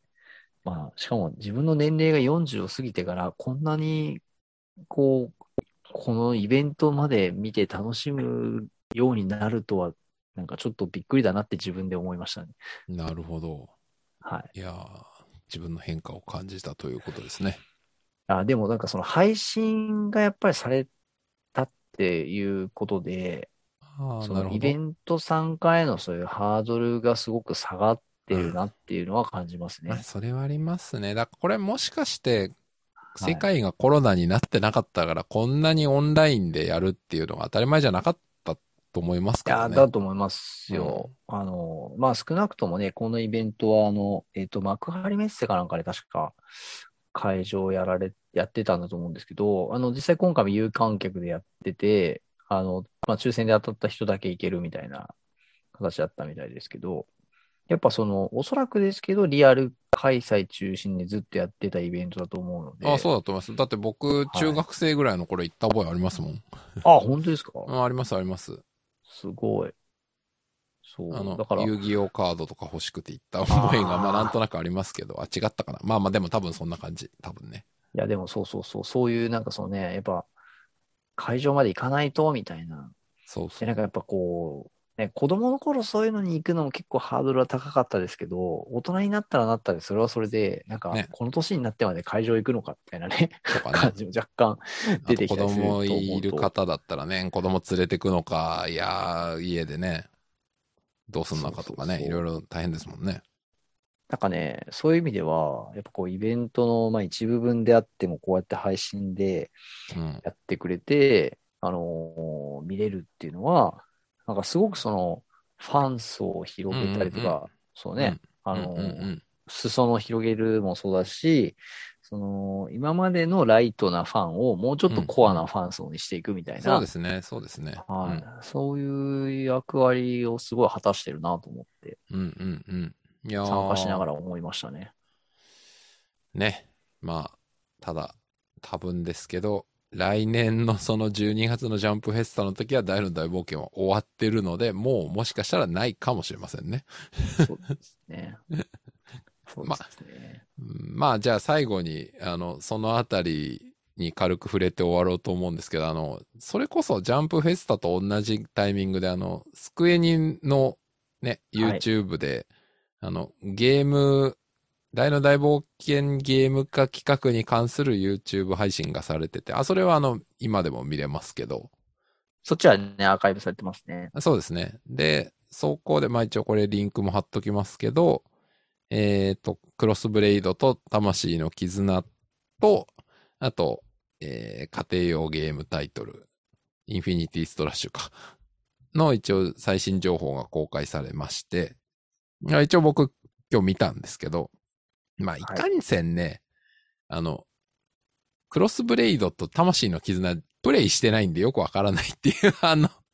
まあ、しかも自分の年齢がよんじゅうを過ぎてから、こんなに、こう、このイベントまで見て楽しむようになるとは、なんかちょっとびっくりだなって自分で思いましたね。 なるほど。 はい。 いやー、自分の変化を感じたということですね。 あ、でもなんかその配信がやっぱりされたっていうことで、 ああ、 そのイベなるほど。 ント参加へのそういうハードルがすごく下がってるうん。 なっていうのは感じますまあ、 ね。 それはありますね。だからこれもしかして、世はい。 界がコロナになってなかったから、こんなにオンラインでやるっていうのが当たり前じゃなかったと思いますいや、 からね。 だと思いますよ。 うん。 あの、まあ、少なくともね、このイベントは、あの、えっと、幕張メッセかなんかで確か会場やられ、やってたんだと思うんですけど、あの、実際今回も有観客でやってて、あの、まあ、抽選で当たった人だけ行けるみたいな形だったみたいですけど、やっぱその、おそらくですけど、リアル開催中心でずっとやってたイベントだと思うのああ、 で、 そうだと思います。だって僕、中はい。 学生ぐらいの頃行った覚えありますもん。 あ、本当ですか？ あ、あります、あります。 すごい。そう。 あの、 だから、 遊戯王カードとか欲しくて行った覚えが、まあなんああ、 となくありますけど、あ、違ったかな。まあまあでも多分そんな感じ。多分ね。 いや、でもそうそうそう、そういうなんかそのね、やっぱ会場まで行かないと、みたいな。で、なんそうそかやっぱこう、ね、子供の頃そういうのに行くのも結構ハードルは高かったですけど、大人になったらなったで、それはそれで、なんう。 か、 ね。 この年になってまで会場行くのか、みたいなね、 とかね。 感じも若干あと子出てきたりする供と思いるうと、 方だったらね、子供連れてくのか、いやー、家でね、どうすんのそうそうかとかね、いろいそう。 ろ大変ですもんね。 なんかね、そういう意味では、やっぱこうイベントの、まあ、一部分であっても、こうやって配信でうん。 やってくれて、あのー見れるっていうのは、なんかすごくその、ファン層をうんう広げたりとんか、そううん。 ね、あうん。うんうんうのーん。 裾野を広げるもそうだし、その、今までのライトなファンをもうちょっうんうん。 とコアなファン層にしていくみたいな、 そうですね、そうですね。うん。 はい、そういう役割をすごい果たしてるなと思って、 うんうんうん。いや参加しなー、 がら思いましたね。 ね。まあ、ただ、多分ですけど、来年のそのじゅうにがつのジャンプフェスタの時は大の大冒険は終わってるので、もうもしかしたらないかもしれませんね。 そうですね。そうでまあ、 すね。 まあ、じゃあ最後に、あの、そのあたりに軽く触れて終わろうと思うんですけど、あの、それこそジャンプフェスタと同じタイミングで、あの、スクエニのね、 はい。 YouTube で、あの、ゲーム、大の大冒険ゲーム化企画に関する YouTube 配信がされてて、あ、それはあの、今でも見れますけど、 そっちはね、アーカイブされてますね。 そうですね。で、そこで、まあ一応これリンクも貼っときますけど、えっと、クロスブレイドと魂の絆と、あと、えー家庭用ゲームタイトル、インフィニティストラッシュか、の一応最新情報が公開されまして、一応僕今日見たんですけど、まあいはい。 かんせんね、あの、クロスブレイドと魂の絆プレイしてないんでよくわからないっていう、あの、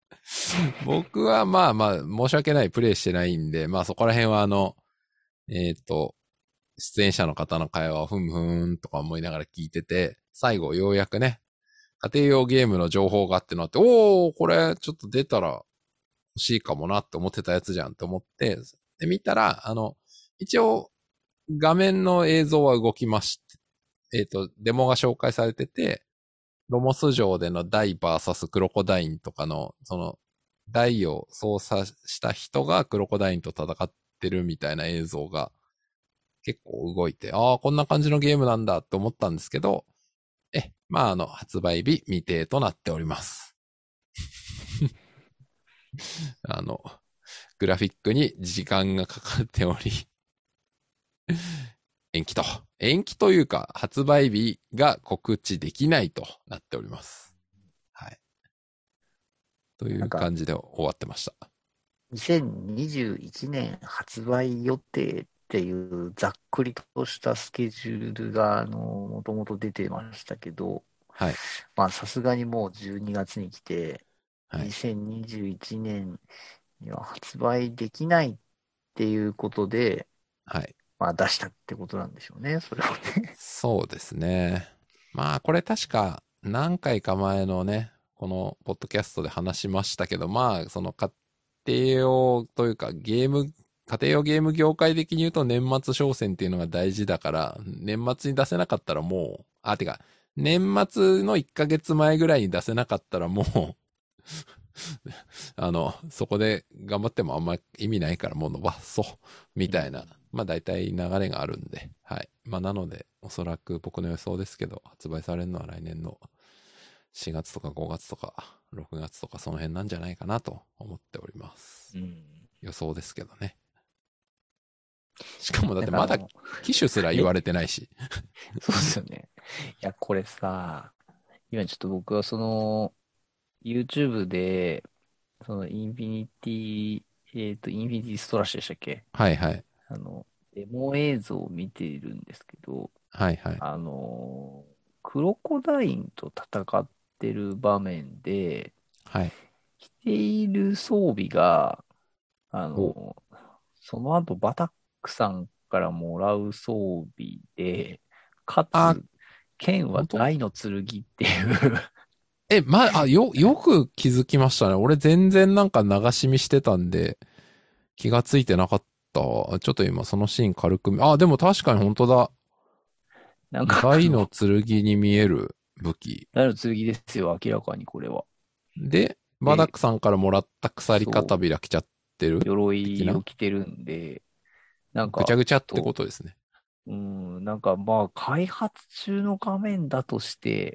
僕はまあまあ、申し訳ない、プレイしてないんで、まあそこら辺はあの、えっと、出演者の方の会話をふんふんとか思いながら聞いてて、最後ようやくね、家庭用ゲームの情報があってなって、おー、これちょっと出たら欲しいかもなって思ってたやつじゃんって思って、で、見たら、あの、一応、画面の映像は動きまして、えっと、デモが紹介されてて、ロモス城でのダイバーサスクロコダインとかの、その、ダイを操作した人がクロコダインと戦ってるみたいな映像が結構動いて、ああ、こんな感じのゲームなんだって思ったんですけど、え、まあ、あの、発売日未定となっております。あの、グラフィックに時間がかかっており、延期と。延期というか、発売日が告知できないとなっております。はい。というなんか、 感じで終わってました。 にせんにじゅういちねん発売予定っていうざっくりとしたスケジュールが、あの、もともと出てましたけど、 はい。 まあ、さすがにもうじゅうにがつに来て、 はい。 にせんにじゅういちねんには発売できないっていうことで、 はい。 まあ、出したってことなんでしょうね、それをね。 そうですね。まあ、これ確か何回か前のね、このポッドキャストで話しましたけど、まあ、その家庭用というかゲーム、家庭用ゲーム業界的に言うと年末商戦っていうのが大事だから、年末に出せなかったらもう、あ、てか、年末のいっかげつまえぐらいに出せなかったらもうあの、そこで頑張ってもあんま意味ないからもう伸ばそう、みたいな、まあ大体流れがあるんで、はい。まあなので、おそらく僕の予想ですけど、発売されるのは来年のしがつとかごがつとかろくがつとかその辺なんじゃないかなと思っております。 うん。 予想ですけどね。しかもだってまだなんかあの、 機種すら言えわれてないし。 そうですよね。いや、これさ、今ちょっと僕はその、YouTube で、そのインフィニティ、えっと、インフィニティストラッシュでしたっけ？ はいはい。 あの、デモ映像を見ているんですけど、 はいはい。 あの、クロコダインと戦ってる場面で、 はい。 着ている装備が、あお、 の、その後バタックさんからもらう装備で、かあ、 つ、剣は本当？ 大の剣っていうえ、ま、あ、よ、よく気づきましたね。俺全然なんか流し見してたんで、気がついてなかったわ。ちょっと今そのシーン軽く見、あ、でも確かに本当だ。 なんかあ大のの、 剣に見える武器。 大の剣ですよ、明らかにこれは。 で、バダッで、 クさんからもらった鎖片そう、 びら来ちゃってる的鎧をな着てるんで、なんぐちゃか、 ぐちゃってこちょっと、 とですね。 うん、なんかまあ、開発中の画面だとして、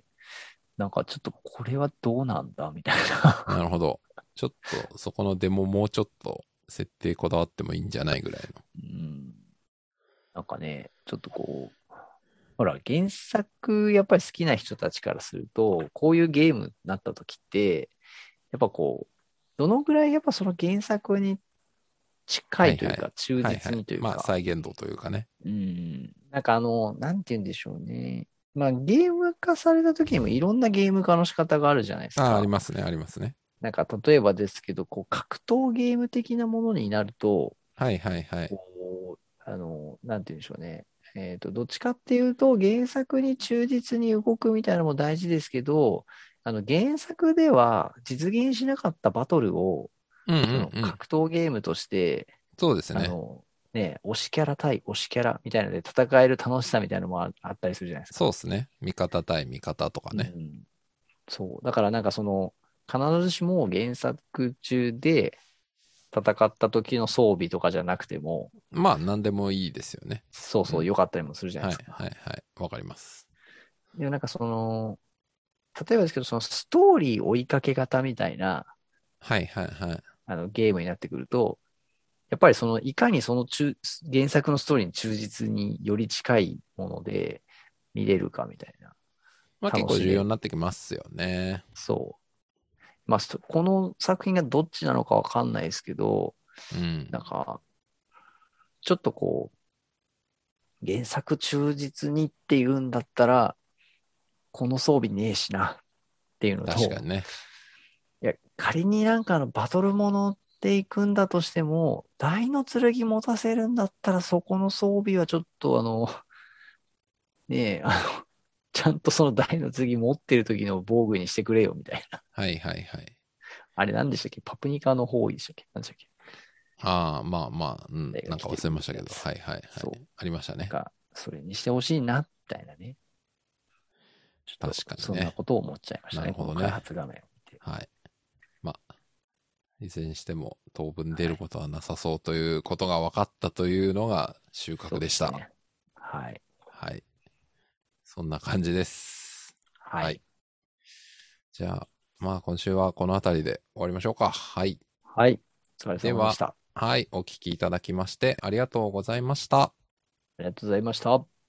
なんかちょっとこれはどうなんだみたいな。 なるほど。ちょっとそこのデモもうちょっと設定こだわってもいいんじゃないぐらいの。 うん、なんかね、ちょっとこう、ほら、原作やっぱり好きな人たちからすると、こういうゲームになった時って、やっぱこう、どのぐらいやっぱその原作に近はいはい。 いというか、忠実はいはい。まあにというか、 再現度というかね。 うん、なんかあの、なんて言うんでしょうね。まあ、ゲーム化された時にもいろんなゲーム化の仕方があるじゃないですああ、ありか。 ますね、ありますね。 なんか例えばですけど、こう、格闘ゲーム的なものになると、 はいはいはい。 こう、あの、なんて言うんでしょうね。えっと、どっちかっていうと、原作に忠実に動くみたいなのも大事ですけど、あの、原作では実現しなかったバトルを、 うんうそのんうん。 格闘ゲームとして、 そうですね。 あの、ね、推しキャラ対推しキャラみたいなので戦える楽しさみたいなのもああったりするじゃないですか。 そうですね。味方対味方とかね。 うん。そう。だからなんかその、必ずしも原作中で戦った時の装備とかじゃなくても、 まあ、なんでもいいですよね。 そうそう、 うん。 良かったりもするじゃないはいですか。 はいはい。わかります。 でもなんかその、例えばですけど、そのストーリー追いかけ型みたいな、 はいはいはい。 あの、ゲームになってくると、やっぱりその、いかにその中、原作のストーリーに忠実により近いもので見れるかみたいな、 まあ結構重要に楽しめる。 なってきますよね。 そう。まあ、そこの作品がどっちなのかわかんないですけど、 うん。 なんか、ちょっとこう、原作忠実にっていうんだったら、この装備ねえしなっていうのと、 確かにね。 いや、 仮になんかあのバトルもので行くんだとしても、大の剣持たせるんだったらそこの装備はちょっとあの、ねえ、あの、ちゃんとその大の剣持ってる時の防具にしてくれよみたいな。 はいはいはい。 あれ何でしたっけ？パプニカの方位でしたっけ？何でしたっけ？ ああ、まあまあ、うん、なんか誰が着てる忘れましたけど。 やつ。 はいはいはい。 そう。 ありましたね。 なんか、それにしてほしいな、みたいなね。ちょっと、 確かにそんなね。 ことを思っちゃいましたなるね。この開ほどね。 発画面を見て。 はい。まあ、いずれにしても当分出はい。 ることはなさそうということが分かったというのが収穫そうでした。 ですね。はい。 はい。そんな感じです。はい。 はい。 じゃあ、まあ今週はこの辺りで終わりましょうか。はい。 はい。お疲れでは、 様でした。あはい。お聞きいただきましてありがとうございました。 りがとうございました。